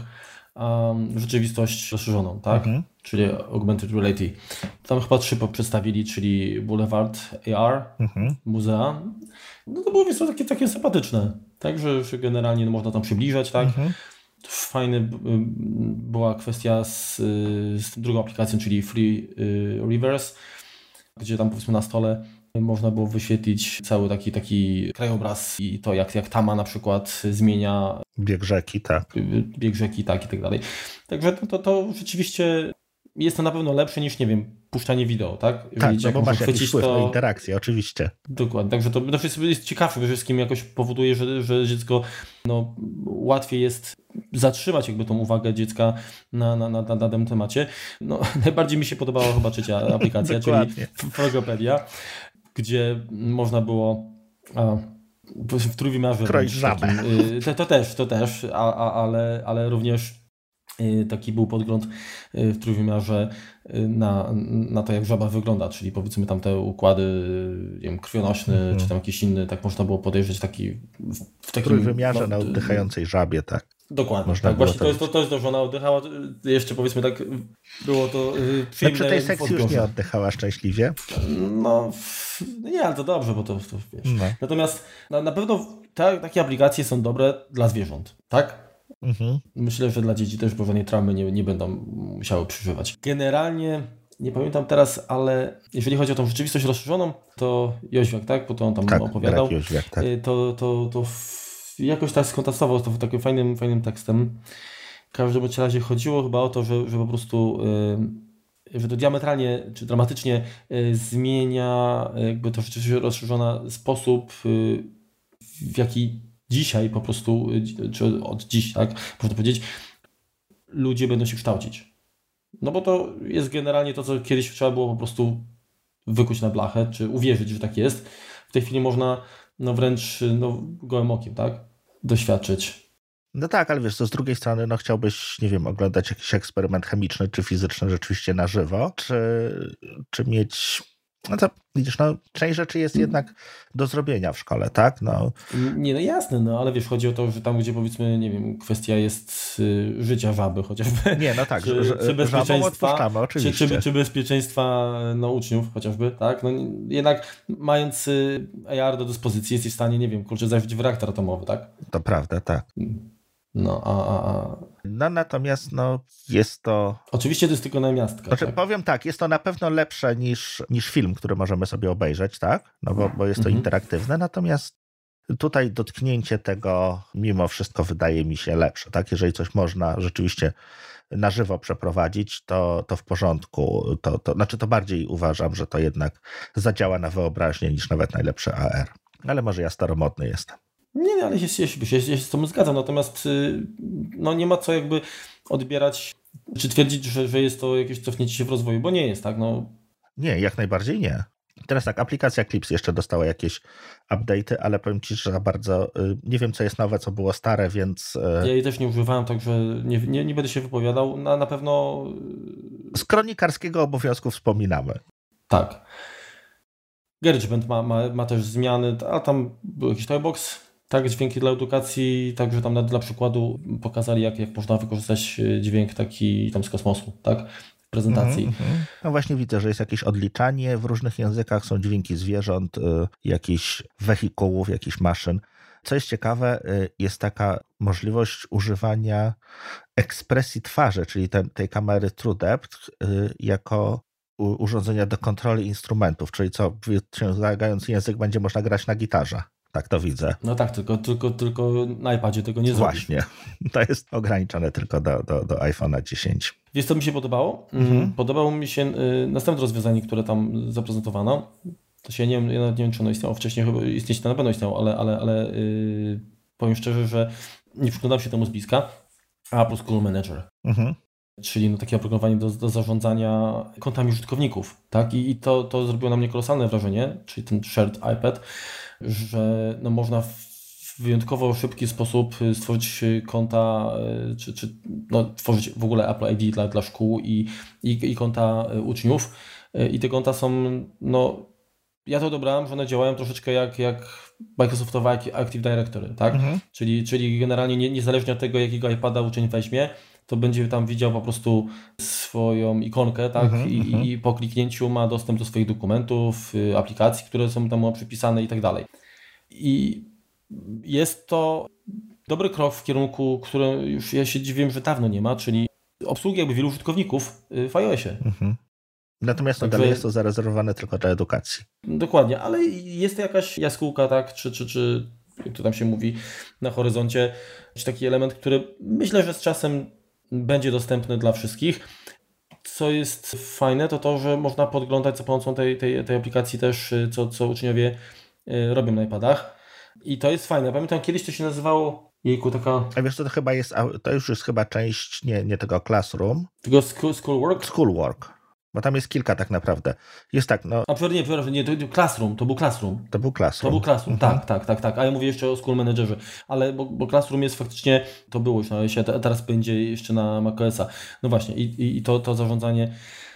um, rzeczywistość rozszerzoną, tak? Mhm. Czyli Augmented Reality. Tam chyba trzy przedstawili, czyli Boulevard A R, mhm. Muzea. No to było to takie, takie sympatyczne, tak? Że, że generalnie no, można tam przybliżać, tak? Mhm. Fajny była kwestia z, z drugą aplikacją, czyli Free Reverse, gdzie tam powiedzmy na stole można było wyświetlić cały taki, taki krajobraz i to jak, jak Tama na przykład zmienia bieg rzeki, tak. Bieg rzeki, tak i tak dalej. Także to, to, to rzeczywiście jest to na pewno lepsze niż, nie wiem, puszczanie wideo, tak? Jeżeli tak, no bo masz jakiś wpływ to... na interakcję, oczywiście. Dokładnie, także to, to jest ciekawsze, przede wszystkim jakoś powoduje, że, że dziecko no, łatwiej jest zatrzymać jakby tą uwagę dziecka na, na, na, na danym temacie. No, najbardziej mi się podobała chyba trzecia aplikacja, czyli Frogopedia, gdzie można było a, w trójwymiarze kroić żabę. To, to też, to też, a, a, ale, ale również taki był podgląd w trójwymiarze na, na to, jak żaba wygląda, czyli powiedzmy tam te układy, nie wiem, krwionośne, mm. czy tam jakiś inny, tak można było podejrzeć taki w, w takim... W trójwymiarze no, na oddychającej żabie, tak. Dokładnie, tak, właśnie to jest, to, to jest to, że ona oddychała, jeszcze powiedzmy tak, było to przyjemne. No przy tej sekcji już nie oddychała szczęśliwie. No, nie, ale to dobrze, bo to, to wiesz. No. Natomiast na, na pewno te, takie aplikacje są dobre dla zwierząt, tak? Mhm. Myślę, że dla dzieci też żadnej traumy nie, nie będą musiały przeżywać. Generalnie nie pamiętam teraz, ale jeżeli chodzi o tą rzeczywistość rozszerzoną, to Jóźwiak, tak? Bo to on tam tak, opowiadał. Jóźwiak, tak. To, to, to jakoś tak skontrastował to takim fajnym, fajnym tekstem. W każdym razie chodziło chyba o to, że, że po prostu yy, że to diametralnie czy dramatycznie yy, zmienia jakby to rzeczywistość rozszerzona sposób, yy, w jaki dzisiaj po prostu, czy od dziś, tak, można powiedzieć, ludzie będą się kształcić. No bo to jest generalnie to, co kiedyś trzeba było po prostu wykuć na blachę, czy uwierzyć, że tak jest. W tej chwili można no wręcz no, gołym okiem, tak, doświadczyć. No tak, ale wiesz, to z drugiej strony, no chciałbyś, nie wiem, oglądać jakiś eksperyment chemiczny, czy fizyczny rzeczywiście na żywo, czy, czy mieć... No to widzisz, no część rzeczy jest jednak do zrobienia w szkole, tak? No. Nie, no jasne, no ale wiesz, chodzi o to, że tam, gdzie powiedzmy, nie wiem, kwestia jest y, życia żaby chociażby. Nie, no tak, czy, że, czy bezpieczeństwa, oczywiście. Czy, czy, czy bezpieczeństwa no, uczniów chociażby, tak? No jednak mając y, A R do dyspozycji jesteś w stanie, nie wiem, kurczę, zajrzeć w reaktor atomowy, tak? To prawda, tak. No, a, a, a... no natomiast no, jest to... Oczywiście to jest tylko namiastka. Znaczy, tak? Powiem tak, jest to na pewno lepsze niż, niż film, który możemy sobie obejrzeć, tak? No bo, bo jest to mhm. interaktywne, natomiast tutaj dotknięcie tego mimo wszystko wydaje mi się lepsze, tak? Jeżeli coś można rzeczywiście na żywo przeprowadzić, to, to w porządku. To, to, znaczy to bardziej uważam, że to jednak zadziała na wyobraźnię niż nawet najlepszy A R. Ale może ja staromodny jestem. Nie, ale się, się, się, się z tym zgadzam, natomiast no, nie ma co jakby odbierać, czy twierdzić, że, że jest to jakieś cofnięcie się w rozwoju, bo nie jest, tak? No. Nie, jak najbardziej nie. Teraz tak, aplikacja Clips jeszcze dostała jakieś update'y, ale powiem Ci, że za bardzo nie wiem, co jest nowe, co było stare, więc... Ja jej też nie używałem, także nie, nie, nie będę się wypowiadał. Na, na pewno... Z kronikarskiego obowiązku wspominamy. Tak. GarageBand ma, ma, ma też zmiany, a tam był jakiś toybox, tak, dźwięki dla edukacji, także tam na, dla przykładu pokazali, jak, jak można wykorzystać dźwięk taki tam z kosmosu, tak, w prezentacji. Mm-hmm. No właśnie widzę, że jest jakieś odliczanie w różnych językach, są dźwięki zwierząt, y, jakichś wehikułów, jakichś maszyn. Co jest ciekawe, y, jest taka możliwość używania ekspresji twarzy, czyli ten, tej kamery TrueDepth y, jako u, urządzenia do kontroli instrumentów, czyli co, wyciągając język będzie można grać na gitarze. Tak to widzę. No tak, tylko, tylko, tylko na iPadzie tego nie zrobisz. Właśnie. To jest ograniczone tylko do, do, do iPhone'a dziesięć. Wiesz, co mi się podobało? Mhm. Podobało mi się y, następne rozwiązanie, które tam zaprezentowano. To się nie wiem, ja nie wiem, czy ono istniało wcześniej, chyba istnieć to na pewno istniało, ale, ale, ale yy, powiem szczerze, że nie przyglądam się temu z bliska. Apple School Manager. Mhm. Czyli no, takie oprogramowanie do, do zarządzania kontami użytkowników. Tak? I, i to, to zrobiło na mnie kolosalne wrażenie, czyli ten shared iPad, że no, można w, w wyjątkowo szybki sposób stworzyć konta, czy, czy no, tworzyć w ogóle Apple I D dla, dla szkół i, i, i konta uczniów. I te konta są, no ja to odebrałem, że one działają troszeczkę jak, jak Microsoftowe Active Directory, tak? Mhm. Czyli, czyli generalnie nie, niezależnie od tego, jakiego iPada uczeń weźmie, to będzie tam widział po prostu swoją ikonkę, tak? Mm-hmm, I, mm-hmm. I po kliknięciu ma dostęp do swoich dokumentów, aplikacji, które są tam przypisane i tak dalej. I jest to dobry krok w kierunku, który już ja się dziwię, że dawno nie ma, czyli obsługi jakby wielu użytkowników w iOSie. Mm-hmm. Natomiast Także, dalej jest to zarezerwowane tylko dla edukacji. Dokładnie, ale jest to jakaś jaskółka, tak? Czy, czy, czy jak to tam się mówi na horyzoncie, czy taki element, który myślę, że z czasem będzie dostępny dla wszystkich. Co jest fajne, to to, że można podglądać za pomocą tej, tej, tej aplikacji też, co, co uczniowie robią na iPadach. I to jest fajne. Pamiętam, kiedyś to się nazywało, jejku, taka... A wiesz, to, to chyba jest, to już jest chyba część nie, nie tego Classroom. Tego school, Schoolwork? Schoolwork. Bo tam jest kilka tak naprawdę. Jest tak, no... A przepraszam, nie, przepraszam, nie, to, to Classroom, to był Classroom. To był Classroom. To był Classroom, mhm. tak, tak, tak, tak. A ja mówię jeszcze o School Managerze. Ale, bo, bo Classroom jest faktycznie, to było już na iOSie, a teraz będzie jeszcze na macOSa. No właśnie, i, i, i to, to zarządzanie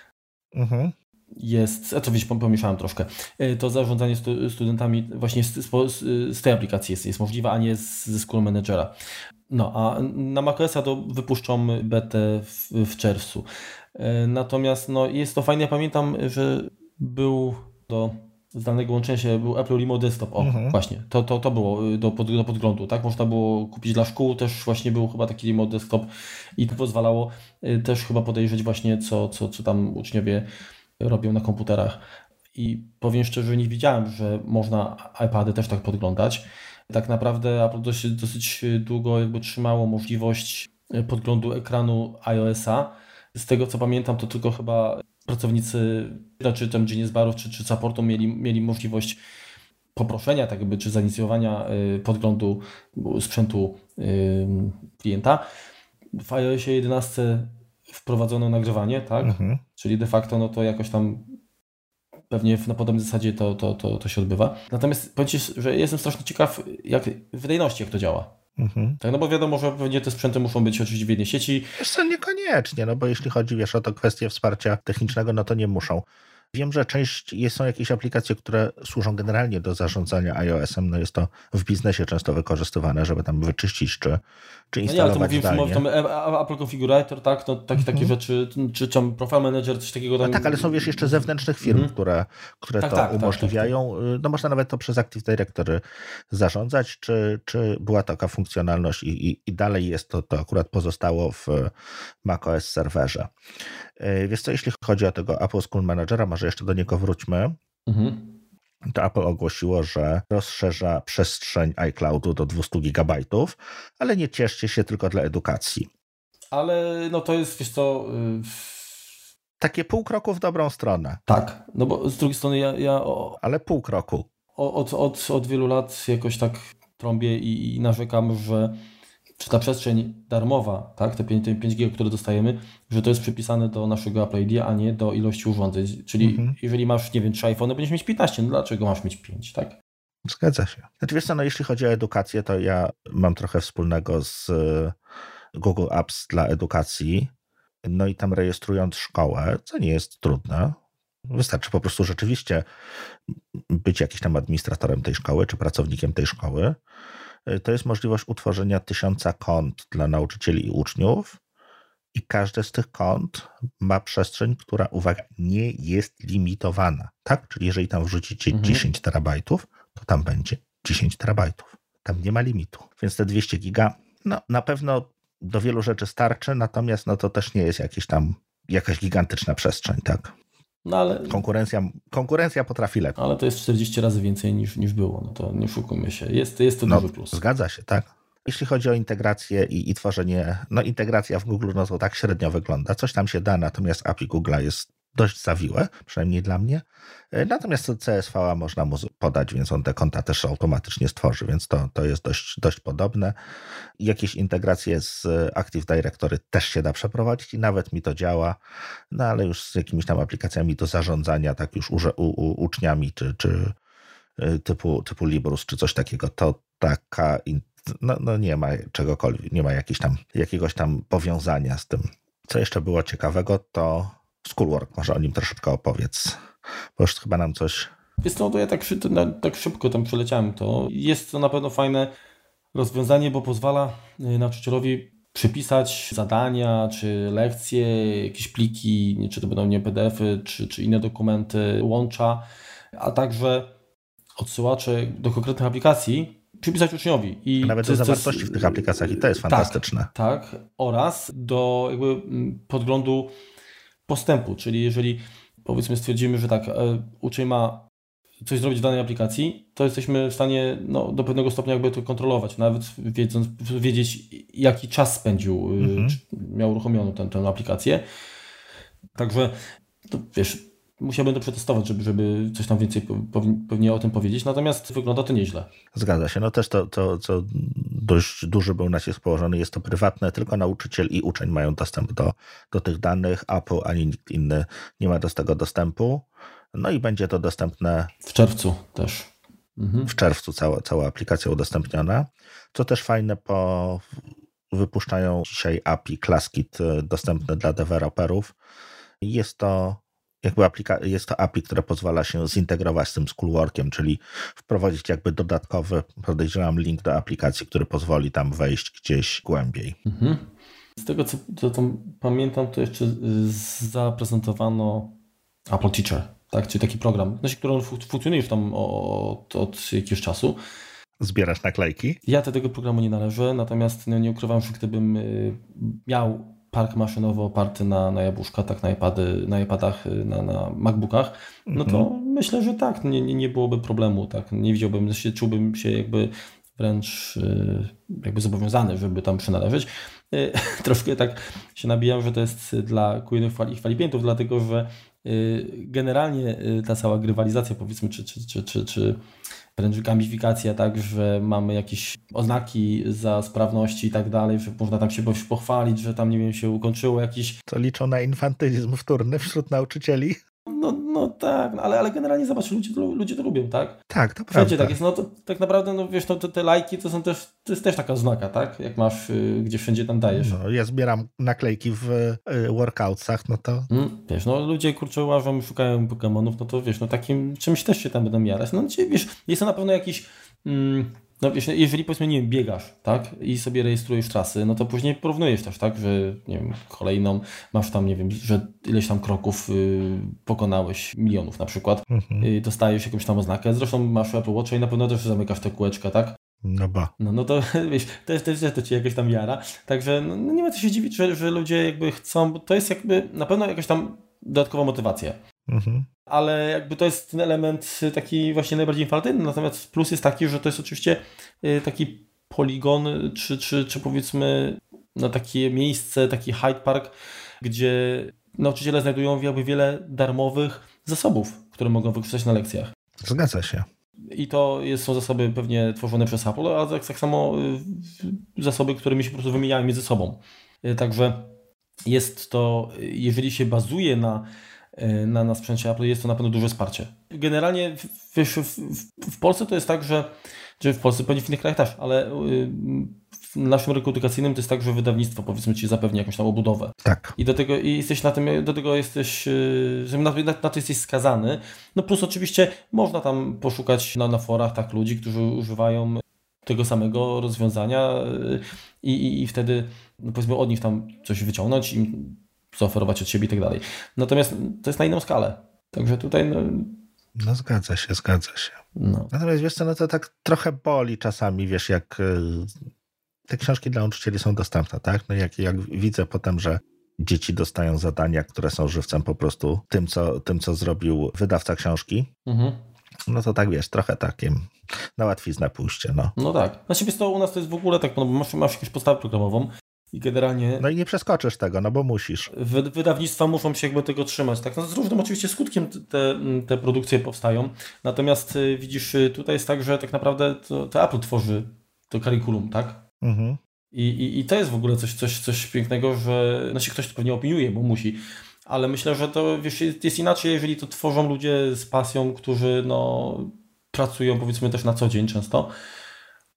mhm. jest, a to wiesz, pomieszałem troszkę, to zarządzanie stu, studentami właśnie z, z, z tej aplikacji jest, jest możliwe, a nie z, ze School Managera. No, a na macOSa to wypuszczą betę w, w czerwcu. Natomiast no, jest to fajne, ja pamiętam, że był do zdalnego łączenia się, był Apple Remote Desktop, o mhm. właśnie, to, to, to było do, pod, do podglądu, tak, można było kupić dla szkół, też właśnie był chyba taki Remote Desktop i to pozwalało też chyba podejrzeć właśnie, co, co, co tam uczniowie robią na komputerach. I powiem szczerze, nie widziałem, że można iPady też tak podglądać. Tak naprawdę Apple dosyć, dosyć długo jakby trzymało możliwość podglądu ekranu iOS-a. Z tego co pamiętam, to tylko chyba pracownicy, czy tam Genius Barów, czy, czy supportu mieli, mieli możliwość poproszenia, tak jakby, czy zainicjowania podglądu sprzętu klienta. W iOSie jedenaście wprowadzono nagrywanie, tak? Mhm. Czyli de facto no to jakoś tam pewnie na podobnej zasadzie to, to, to, to się odbywa. Natomiast powiem Ci, że jestem strasznie ciekaw jak wydajności, jak to działa. Mhm. Tak, no bo wiadomo, że pewnie te sprzęty muszą być oczywiście w jednej sieci. Wiesz co, niekoniecznie, no bo jeśli chodzi wiesz, o to kwestię wsparcia technicznego, no to nie muszą. Wiem, że część, jest, są jakieś aplikacje, które służą generalnie do zarządzania iOS-em. No jest to w biznesie często wykorzystywane, żeby tam wyczyścić czy, czy instalować no nie, ale to zdalnie. Mówimy tam Apple Configurator, tak? No, tak, mm-hmm. Takie rzeczy, czy tam Profile Manager, coś takiego. Tam... No tak, ale są wiesz jeszcze zewnętrznych firm, mm-hmm. które, które tak, to tak, umożliwiają. Tak, tak, tak. No można nawet to przez Active Directory zarządzać, czy, czy była taka funkcjonalność i, i, i dalej jest to, to akurat pozostało w macOS serwerze. Wiesz co, jeśli chodzi o tego Apple School Managera, może jeszcze do niego wróćmy, mhm. to Apple ogłosiło, że rozszerza przestrzeń iCloudu do dwieście gigabajtów, ale nie cieszcie się tylko dla edukacji. Ale no to jest, wiesz co... Yy... Takie pół kroku w dobrą stronę. Tak, no bo z drugiej strony ja... ja o... Ale pół kroku. Od, od, od wielu lat jakoś tak trąbię i, i narzekam, że czy ta przestrzeń darmowa, tak, te pięć giga, które dostajemy, że to jest przypisane do naszego Apple I D, a nie do ilości urządzeń. Czyli mhm. jeżeli masz, nie wiem, trzy iPhony, będziesz mieć piętnaście, no dlaczego masz mieć pięć, tak? Zgadza się. Znaczy wiesz co, no jeśli chodzi o edukację, to ja mam trochę wspólnego z Google Apps dla edukacji, no i tam rejestrując szkołę, co nie jest trudne, wystarczy po prostu rzeczywiście być jakimś tam administratorem tej szkoły, czy pracownikiem tej szkoły. To jest możliwość utworzenia tysiąca kont dla nauczycieli i uczniów i każde z tych kont ma przestrzeń, która, uwaga, nie jest limitowana, tak? Czyli jeżeli tam wrzucicie mhm. dziesięć terabajtów, to tam będzie dziesięć terabajtów. Tam nie ma limitu. Więc te dwieście giga, no na pewno do wielu rzeczy starczy, natomiast no to też nie jest jakieś tam, jakaś gigantyczna przestrzeń, tak? No ale... Konkurencja, konkurencja potrafi lepiej. Ale to jest czterdzieści razy więcej niż, niż było, no to nie oszukujmy się. Jest, jest to no, duży plus. Zgadza się, tak. Jeśli chodzi o integrację i, i tworzenie, no integracja w Google, no to tak średnio wygląda. Coś tam się da, natomiast A P I Google'a jest dość zawiłe, przynajmniej dla mnie. Natomiast C S V a można mu podać, więc on te konta też automatycznie stworzy, więc to, to jest dość, dość podobne. Jakieś integracje z Active Directory też się da przeprowadzić i nawet mi to działa, no ale już z jakimiś tam aplikacjami do zarządzania, tak już u, u, u, uczniami, czy, czy typu, typu Librus, czy coś takiego, to, taka, in, no, no nie ma czegokolwiek, nie ma jakiś tam, jakiegoś tam powiązania z tym. Co jeszcze było ciekawego, to Schoolwork, może o nim troszeczkę opowiedz, bo już chyba nam coś... Wiesz co, to ja tak, szy- na- tak szybko tam przeleciałem to. Jest to na pewno fajne rozwiązanie, bo pozwala y, nauczycielowi przypisać zadania, czy lekcje, jakieś pliki, nie- czy to będą nie P D F-y, czy, czy inne dokumenty, łącza, a także odsyłacze do konkretnych aplikacji przypisać uczniowi. I Nawet to do jest- to jest- zawartości w tych aplikacjach i to jest tak, fantastyczne. Tak, oraz do jakby mm, podglądu postępu, czyli jeżeli powiedzmy stwierdzimy, że tak, e, uczeń ma coś zrobić w danej aplikacji, to jesteśmy w stanie no, do pewnego stopnia jakby to kontrolować, nawet wiedząc, wiedzieć jaki czas spędził, y, Mhm. czy miał uruchomioną tę, tę aplikację. Także to, wiesz, musiałbym to przetestować, żeby, żeby coś tam więcej powi- pewnie o tym powiedzieć, natomiast wygląda to nieźle. Zgadza się. No też to, to, co dość duży był nacisk położony, jest to prywatne, tylko nauczyciel i uczeń mają dostęp do, do tych danych, Apple ani nikt inny nie ma do tego dostępu. No i będzie to dostępne W czerwcu też. Mhm. w czerwcu, cała, cała aplikacja udostępniona. Co też fajne, po wypuszczają dzisiaj A P I ClassKit y, dostępne dla deweloperów. Jest to jakby aplika- jest to A P I, które pozwala się zintegrować z tym Schoolworkiem, czyli wprowadzić jakby dodatkowy, podejrzewam, link do aplikacji, który pozwoli tam wejść gdzieś głębiej. Mhm. Z tego, co, co tam pamiętam, to jeszcze y, zaprezentowano Apple Teacher, tak? Czyli taki program, znaczy, który on fun- funkcjonuje już tam od, od jakiegoś czasu. Zbierasz naklejki? Ja do tego programu nie należę, natomiast no, nie ukrywam, że gdybym y, miał park maszynowy oparty na, na jabłuszka, tak na, iPady, na iPadach, y, na, na MacBookach, no to Mhm. myślę, że tak, nie, nie, nie byłoby problemu, tak? Nie widziałbym, się, czułbym się jakby wręcz y, jakby zobowiązany, żeby tam przynależeć. Y, Troszkę tak się nabijam, że to jest dla queenów i chwalipiętów, dlatego że y, generalnie y, ta cała grywalizacja, powiedzmy, czy, czy, czy, czy, czy wręcz gamifikacja, tak, że mamy jakieś oznaki za sprawności i tak dalej, że można tam się pochwalić, że tam, nie wiem, się ukończyło jakiś... To liczą na infantylizm wtórny wśród nauczycieli? No, no tak, no, ale, ale generalnie zobacz, ludzie to, ludzie to lubią, tak? Tak, to Wszędzie prawda. tak jest, no to tak naprawdę, no wiesz, no, te, te lajki to są też, to jest też taka oznaka, tak? Jak masz, y, gdzie wszędzie tam dajesz. No, ja zbieram naklejki w y, workoutsach, no to Mm, wiesz, no ludzie kurczę łażą, szukają Pokemonów, no to wiesz, no takim czymś też się tam będą jarać. No czyli, wiesz, jest to na pewno jakiś, mm, no wiesz, jeżeli powiedzmy, nie wiem, biegasz, tak, i sobie rejestrujesz trasy, no to później porównujesz też, tak, że nie wiem, kolejną masz tam, nie wiem, że ileś tam kroków y, pokonałeś, milionów na przykład, mhm. y, dostajesz jakąś tam oznakę, zresztą masz Apple Watcha i na pewno też zamykasz te kółeczka, tak. No ba. No, no to wiesz, też, też, też to ci jakoś tam jara. Także no, no nie ma co się dziwić, że, że ludzie jakby chcą, bo to jest jakby na pewno jakaś tam dodatkowa motywacja. Mhm. Ale jakby to jest ten element taki właśnie najbardziej infantylny, natomiast plus jest taki, że to jest oczywiście y, taki poligon, czy, czy, czy powiedzmy no takie miejsce, taki Hyde Park, gdzie nauczyciele znajdują jakby wiele darmowych zasobów, które mogą wykorzystać na lekcjach. Zgadza się. I to jest, są zasoby pewnie tworzone przez Apple, a tak, tak samo y, zasoby, którymi się po prostu wymieniają między sobą. Y, Także jest to, y, jeżeli się bazuje na, y, na, na sprzęcie Apple, jest to na pewno duże wsparcie. Generalnie w, wiesz, w, w, w Polsce to jest tak, że, że w Polsce, pewnie w innych krajach też, ale y, w naszym rynku edukacyjnym to jest tak, że wydawnictwo powiedzmy ci zapewni jakąś tam obudowę. Tak. I do tego i jesteś na tym, do tego jesteś, yy, że na, na, na to jesteś skazany. No plus oczywiście można tam poszukać na, na forach tak ludzi, którzy używają tego samego rozwiązania yy, i, i wtedy no powiedzmy od nich tam coś wyciągnąć, im zaoferować od siebie i tak dalej. Natomiast to jest na inną skalę. Także tutaj no, No zgadza się, zgadza się. no. Natomiast wiesz co, no to tak trochę boli czasami, wiesz, jak y, te książki dla nauczycieli są dostępne, tak? No jak, jak widzę potem, że dzieci dostają zadania, które są żywcem po prostu tym, co, tym, co zrobił wydawca książki, Mhm. no to tak wiesz, trochę takim na łatwiznę pójście, no. No tak. Znaczy wiesz to u nas to jest w ogóle tak, no, bo masz, masz jakąś podstawę programową i generalnie No i nie przeskoczysz tego, no bo musisz. Wy- Wydawnictwa muszą się jakby tego trzymać. Tak? No z różnym oczywiście skutkiem te, te produkcje powstają. Natomiast y, widzisz, y, tutaj jest tak, że tak naprawdę to, to Apple tworzy to curriculum, tak? Mhm. I, i, I to jest w ogóle coś, coś, coś pięknego, że znaczy ktoś to pewnie opiniuje, bo musi. Ale myślę, że to wiesz, jest, jest inaczej, jeżeli to tworzą ludzie z pasją, którzy no, pracują powiedzmy też na co dzień często.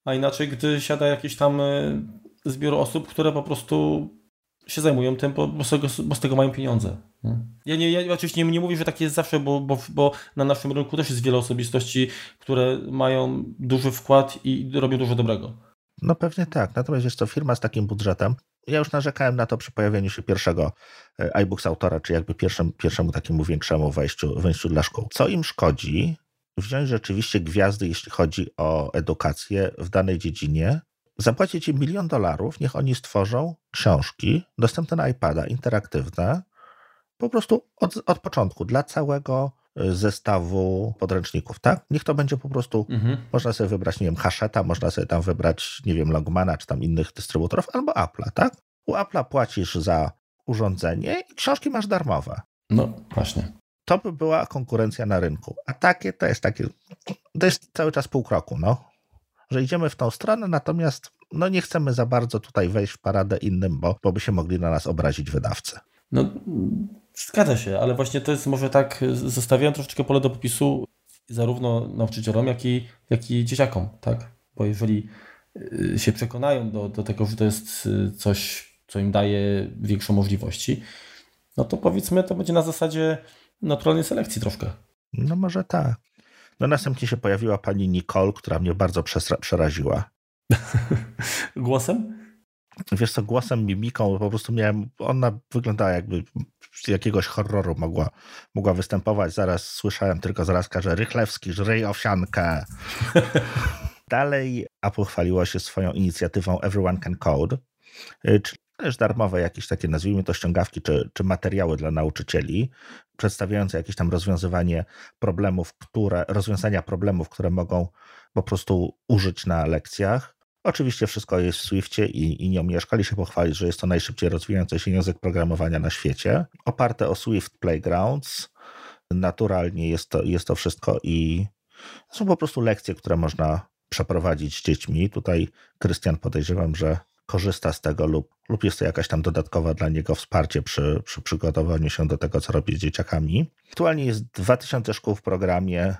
a inaczej, gdy siada jakiś tam zbiór osób, które po prostu się zajmują tym, bo, bo, z, tego, bo z tego mają pieniądze. Nie? Ja, nie, ja oczywiście nie, nie mówię, że tak jest zawsze, bo, bo, bo na naszym rynku też jest wiele osobistości, które mają duży wkład i robią dużo dobrego. No pewnie tak. Natomiast jest to firma z takim budżetem. Ja już narzekałem na to przy pojawieniu się pierwszego iBooks autora, czy jakby pierwszym, pierwszemu takiemu większemu wejściu, wejściu dla szkół. Co im szkodzi wziąć rzeczywiście gwiazdy, jeśli chodzi o edukację w danej dziedzinie, zapłacić im milion dolarów, niech oni stworzą książki dostępne na iPada, interaktywne, po prostu od, od początku, dla całego zestawu podręczników, tak? Niech to będzie po prostu, mhm. można sobie wybrać, nie wiem, Hacheta, można sobie tam wybrać, nie wiem, Logmana, czy tam innych dystrybutorów, albo Apple'a, tak? U Apple'a płacisz za urządzenie i książki masz darmowe. No, właśnie. To by była konkurencja na rynku. A takie to jest takie, to jest cały czas pół kroku, no. Że idziemy w tą stronę, natomiast no nie chcemy za bardzo tutaj wejść w paradę innym, bo, bo by się mogli na nas obrazić wydawcy. No, zgadza się, ale właśnie to jest może tak, zostawiałem troszeczkę pole do popisu zarówno nauczycielom, jak i, jak i dzieciakom, tak? Bo jeżeli się przekonają do, do tego, że to jest coś, co im daje większą możliwości, no to powiedzmy, to będzie na zasadzie naturalnej selekcji troszkę. No może tak. No następnie się pojawiła pani Nicole, która mnie bardzo przeraziła. Głosem? Wiesz co, głosem, mimiką, po prostu miałem, ona wyglądała jakby z jakiegoś horroru mogła, mogła występować. Zaraz słyszałem tylko zaraz że Rychlewski, żryj owsiankę. Dalej Apple chwaliło się swoją inicjatywą Everyone Can Code, czyli też darmowe jakieś takie, nazwijmy to, ściągawki czy, czy materiały dla nauczycieli, przedstawiające jakieś tam rozwiązywanie problemów, które, rozwiązania problemów, które mogą po prostu użyć na lekcjach. Oczywiście wszystko jest w Swiftie i, i nie omieszkali się pochwalić, że jest to najszybciej rozwijający się język programowania na świecie. Oparte o Swift Playgrounds. Naturalnie jest to, jest to wszystko i są po prostu lekcje, które można przeprowadzić z dziećmi. Tutaj Krystian, podejrzewam, że korzysta z tego lub, lub jest to jakaś tam dodatkowa dla niego wsparcie przy, przy przygotowaniu się do tego, co robi z dzieciakami. Aktualnie jest dwa tysiące szkół w programie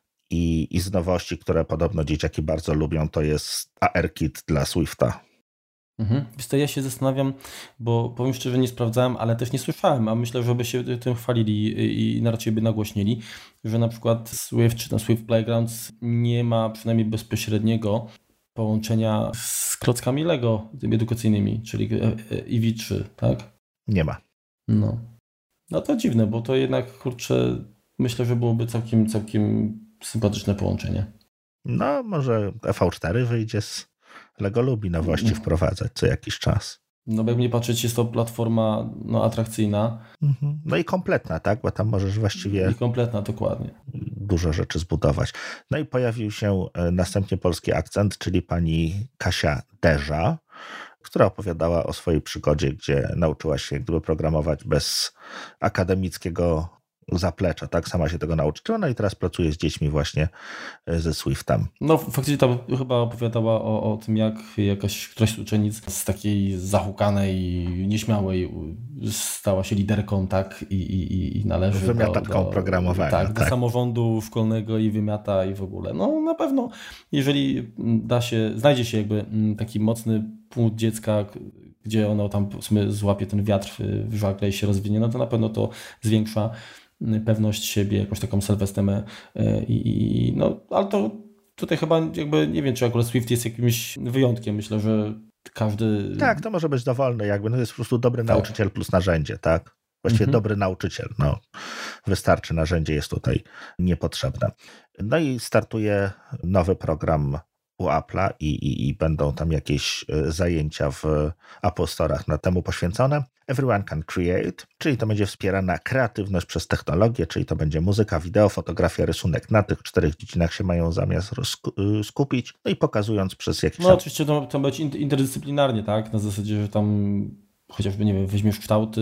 i, i z nowości, które podobno dzieciaki bardzo lubią, to jest A R Kit dla Swifta. Mhm. Wiesz co, ja się zastanawiam, bo powiem szczerze, nie sprawdzałem, ale też nie słyszałem, a myślę, że by się tym chwalili i raczej by nagłośnili, że na przykład Swift czy na Swift Playgrounds nie ma przynajmniej bezpośredniego połączenia z klockami Lego tymi edukacyjnymi, czyli E V trzy, tak? Nie ma. No. No to dziwne, bo to jednak, kurczę, myślę, że byłoby całkiem, całkiem sympatyczne połączenie. No, może E V cztery wyjdzie z Lego, lubi nowości no. wprowadzać co jakiś czas. No bo jak mnie patrzeć, jest to platforma no, atrakcyjna. Mhm. No i kompletna, tak? Bo tam możesz właściwie... I kompletna, dokładnie. Dużo rzeczy zbudować. No i pojawił się następnie polski akcent, czyli pani Kasia Derza, która opowiadała o swojej przygodzie, gdzie nauczyła się jak gdyby programować bez akademickiego zaplecza, tak? Sama się tego nauczyła, no i teraz pracuje z dziećmi właśnie ze Swiftem. No faktycznie tam chyba opowiadała o, o tym, jak jakaś któraś z uczennic z takiej zahukanej, nieśmiałej stała się liderką, tak? I, i, i należy Wymiatatką do, do programowania. Tak, tak, do samorządu szkolnego i wymiata i w ogóle. No na pewno, jeżeli da się, znajdzie się jakby taki mocny punkt dziecka, gdzie ono tam powiedzmy złapie ten wiatr w żagle i się rozwinie, no to na pewno to zwiększa pewność siebie, jakąś taką self-estemę i, i no, ale to tutaj chyba jakby nie wiem, czy akurat Swift jest jakimś wyjątkiem. Myślę, że każdy... Tak, to może być dowolny jakby, no to jest po prostu dobry tak. nauczyciel plus narzędzie, tak? Właściwie mhm. dobry nauczyciel, no wystarczy, narzędzie jest tutaj niepotrzebne. No i startuje nowy program u Apple'a i, i, i będą tam jakieś zajęcia w Apple Store'ach na temu poświęcone. Everyone can create, czyli to będzie wspierana kreatywność przez technologię, czyli to będzie muzyka, wideo, fotografia, rysunek. Na tych czterech dziedzinach się mają zamiast skupić, no i pokazując przez jakiś... No tam... oczywiście to, to będzie interdyscyplinarnie, tak? Na zasadzie, że tam chociażby, nie wiem, weźmiesz kształty,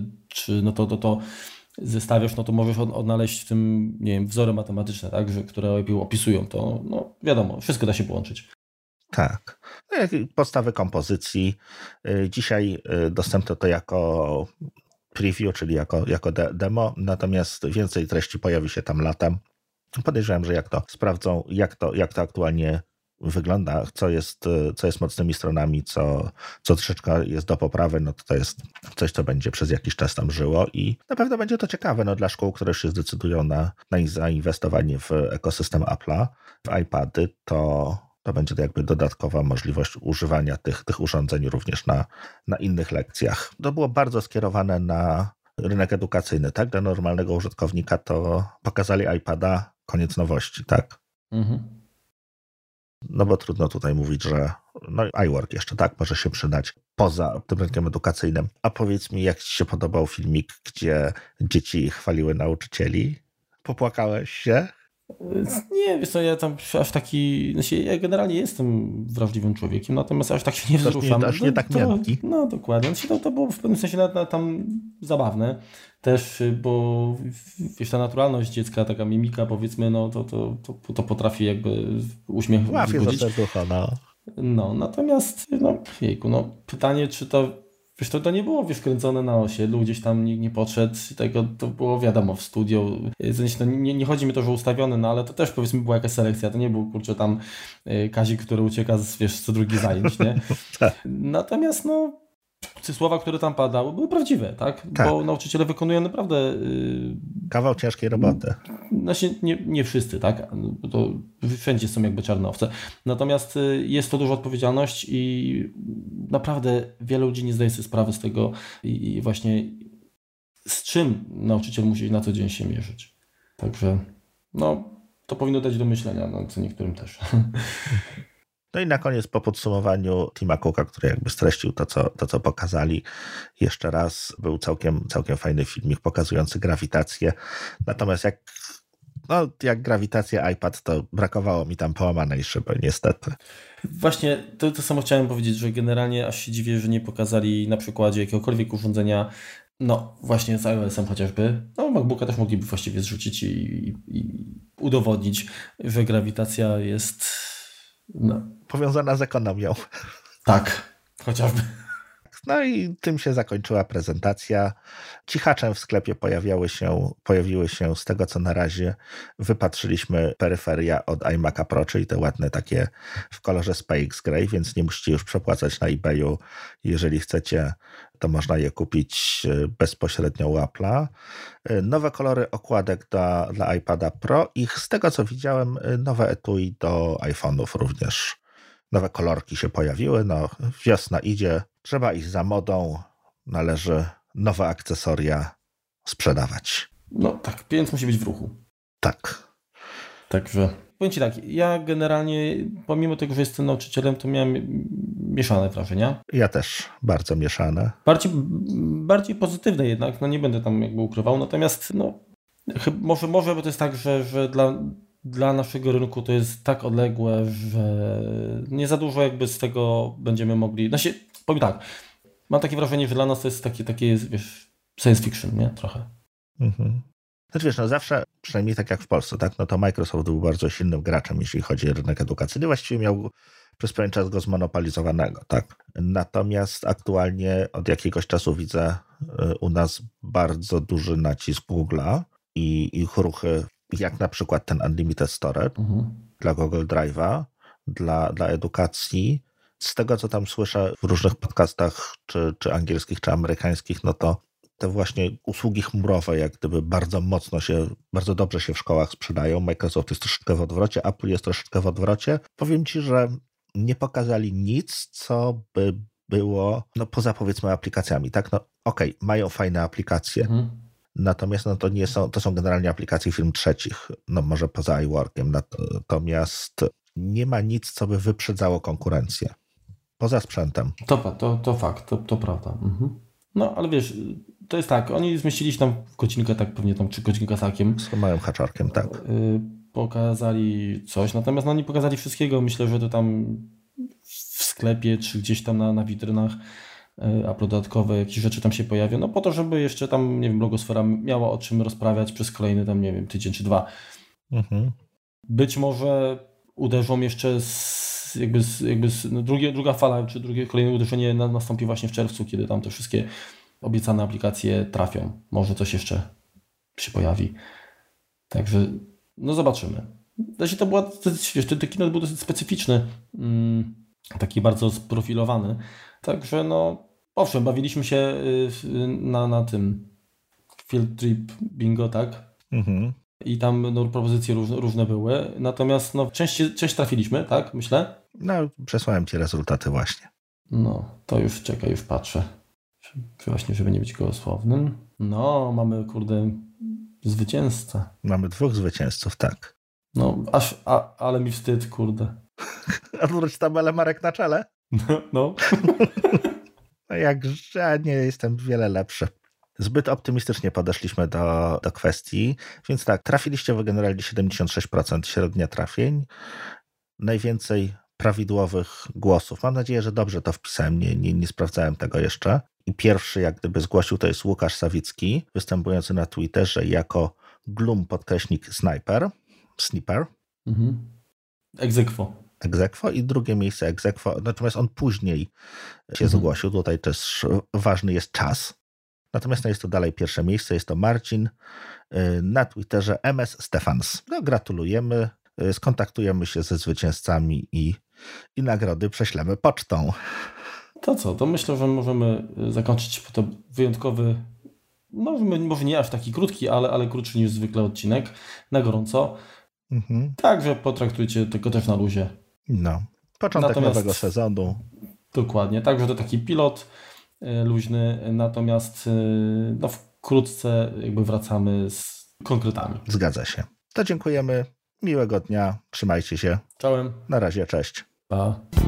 czy no to, to, to zestawiasz, no to możesz odnaleźć w tym, nie wiem, wzory matematyczne, tak? Że, które opisują to. No wiadomo, wszystko da się połączyć. Tak. Podstawy kompozycji. Dzisiaj dostępne to jako preview, czyli jako, jako de- demo, natomiast więcej treści pojawi się tam latem. Podejrzewam, że jak to sprawdzą, jak to, jak to aktualnie wygląda, co jest, co jest mocnymi stronami, co, co troszeczkę jest do poprawy, no to to jest coś, co będzie przez jakiś czas tam żyło i na pewno będzie to ciekawe no, dla szkół, które się zdecydują na, na zainwestowanie w ekosystem Apple'a, w iPady, to, to będzie to jakby dodatkowa możliwość używania tych, tych urządzeń również na, na innych lekcjach. To było bardzo skierowane na rynek edukacyjny, tak? Dla normalnego użytkownika to pokazali iPada, koniec nowości, tak? Mhm. No bo trudno tutaj mówić, że no iWork jeszcze tak może się przydać poza tym rynkiem edukacyjnym. A powiedz mi, jak ci się podobał filmik, gdzie dzieci chwaliły nauczycieli? Popłakałeś się? Nie, wiesz co, ja tam aż taki, znaczy ja generalnie jestem wrażliwym człowiekiem, natomiast aż tak się nie wzruszam. Aż nie, nie tak miękki. No dokładnie, znaczy, to, to było w pewnym sensie na, na, tam zabawne też, bo wiesz, ta naturalność dziecka, taka mimika powiedzmy, no to, to, to, to potrafi jakby uśmiech Łapie za serducho, no. No, natomiast, no jejku, no pytanie, czy to Wiesz, to, to nie było wiesz, kręcone na osiedlu, gdzieś tam nie, nie podszedł, tego to było wiadomo w studio. To nie, nie chodzi mi to, że ustawione, no ale to też powiedzmy była jakaś selekcja, to nie był kurczę tam Kazik, który ucieka z wiesz, co drugi zajęć, nie? Natomiast no te słowa, które tam padały, były prawdziwe, tak? tak. Bo nauczyciele wykonują naprawdę... Yy, kawał ciężkiej roboty. Znaczy nie, nie wszyscy, tak? To wszędzie są jakby czarne owce. Natomiast yy, jest to duża odpowiedzialność i naprawdę wiele ludzi nie zdaje sobie sprawy z tego i, i właśnie z czym nauczyciel musi na co dzień się mierzyć. Także no, to powinno dać do myślenia, no, co niektórym też. No i na koniec po podsumowaniu Tima Cooka, który jakby streścił to, co, to, co pokazali, jeszcze raz był całkiem, całkiem fajny filmik pokazujący grawitację. Natomiast jak, no, jak grawitacja iPad, to brakowało mi tam połamanej szyby, niestety. Właśnie to, to samo chciałem powiedzieć, że generalnie aż się dziwię, że nie pokazali na przykładzie jakiegokolwiek urządzenia, no właśnie z iOS-em chociażby. No MacBooka też mogliby właściwie zrzucić i, i, i udowodnić, że grawitacja jest... No. Powiązana z ekonomią. Tak, chociażby. No i tym się zakończyła prezentacja. Cichaczem w sklepie pojawiały się, pojawiły się z tego, co na razie wypatrzyliśmy peryferia od iMac'a Pro, czyli te ładne takie w kolorze Space Gray, więc nie musicie już przepłacać na eBayu. Jeżeli chcecie, to można je kupić bezpośrednio u Apple'a. Nowe kolory okładek dla, dla iPada Pro i z tego, co widziałem, nowe etui do iPhone'ów również. Nowe kolorki się pojawiły, no wiosna idzie, trzeba iść za modą, należy nowe akcesoria sprzedawać. No tak, pieniądz musi być w ruchu. Tak. Także powiem Ci tak, ja generalnie, pomimo tego, że jestem nauczycielem, to miałem mieszane wrażenia. Ja też bardzo mieszane. Bardziej, bardziej pozytywne jednak, no nie będę tam jakby ukrywał, natomiast no może, może bo to jest tak, że, że dla... Dla naszego rynku to jest tak odległe, że nie za dużo jakby z tego będziemy mogli... Znaczy, powiem tak, mam takie wrażenie, że dla nas to jest takie, takie wiesz, science fiction, nie? Trochę. Mhm. Znaczy wiesz, no zawsze, przynajmniej tak jak w Polsce, tak, no to Microsoft był bardzo silnym graczem, jeśli chodzi o rynek edukacyjny. Właściwie miał przez pewien czas go zmonopolizowanego, tak. Natomiast aktualnie od jakiegoś czasu widzę u nas bardzo duży nacisk Google'a i ich ruchy, jak na przykład ten Unlimited Storage mhm. dla Google Drive'a, dla, dla edukacji. Z tego, co tam słyszę w różnych podcastach, czy, czy angielskich, czy amerykańskich, no to te właśnie usługi chmurowe jak gdyby bardzo mocno się, bardzo dobrze się w szkołach sprzedają. Microsoft jest troszeczkę w odwrocie, Apple jest troszeczkę w odwrocie. Powiem Ci, że nie pokazali nic, co by było, no poza powiedzmy aplikacjami, tak? No okej, okay, mają fajne aplikacje, mhm. Natomiast no, to nie są, to są generalnie aplikacje firm trzecich, no może poza iWorkiem, natomiast nie ma nic, co by wyprzedzało konkurencję. Poza sprzętem. To, to, to fakt, to, to prawda. Mhm. No ale wiesz, to jest tak, oni zmieścili się tam w godzinkę, tak pewnie tam, czy godzinkę takiem. Z małym haczarkiem, tak. Yy, pokazali coś, natomiast no nie pokazali wszystkiego. Myślę, że to tam w sklepie, czy gdzieś tam na, na witrynach a dodatkowe jakieś rzeczy tam się pojawią, no po to, żeby jeszcze tam, nie wiem, blogosfera miała o czym rozprawiać przez kolejny tam, nie wiem, tydzień czy dwa. Mhm. Być może uderzą jeszcze z, jakby, z, jakby z, no drugie, druga fala, czy drugie kolejne uderzenie na, nastąpi właśnie w czerwcu, kiedy tam te wszystkie obiecane aplikacje trafią. Może coś jeszcze się pojawi. Także no zobaczymy. Znaczy to była, wiesz, ten keynote był dosyć specyficzny, mm, taki bardzo sprofilowany. Także no, owszem, bawiliśmy się na, na tym Field Trip Bingo, tak? Mhm. I tam no, propozycje różne, różne były. Natomiast no, część, część trafiliśmy, tak? Myślę. No, przesłałem ci rezultaty właśnie. No, to już czekaj, już patrzę. Właśnie, żeby nie być gołosłownym. No, mamy, kurde, zwycięzcę. Mamy dwóch zwycięzców, tak. No, aż, a, ale mi wstyd, kurde. Odwróć tabelę Marek na czele. No. No jakże, ja nie jestem wiele lepszy. Zbyt optymistycznie podeszliśmy do, do kwestii, więc tak, trafiliście wy generalnie siedemdziesiąt sześć procent średnia trafień, najwięcej prawidłowych głosów. Mam nadzieję, że dobrze to wpisałem, nie, nie, nie sprawdzałem tego jeszcze. I pierwszy jak gdyby zgłosił, to jest Łukasz Sawicki, występujący na Twitterze jako Gloom podkreśnik Sniper, Sniper. Mhm. Egzekwo. Egzekwo i drugie miejsce egzekwo, natomiast on później się Mhm. zgłosił, tutaj też ważny jest czas. Natomiast no jest to dalej pierwsze miejsce, jest to Marcin na Twitterze M S Stefans. No, gratulujemy, skontaktujemy się ze zwycięzcami i, i nagrody prześlemy pocztą. To co, to myślę, że możemy zakończyć to wyjątkowy, może, może nie aż taki krótki, ale, ale krótszy niż zwykle odcinek, na gorąco. Mhm. Także potraktujcie tego też na luzie. No, początek Natomiast, nowego sezonu. Dokładnie, także to taki pilot y, luźny, natomiast y, no, wkrótce jakby wracamy z konkretami. Zgadza się. To dziękujemy, miłego dnia, trzymajcie się. Czołem. Na razie, cześć. Pa.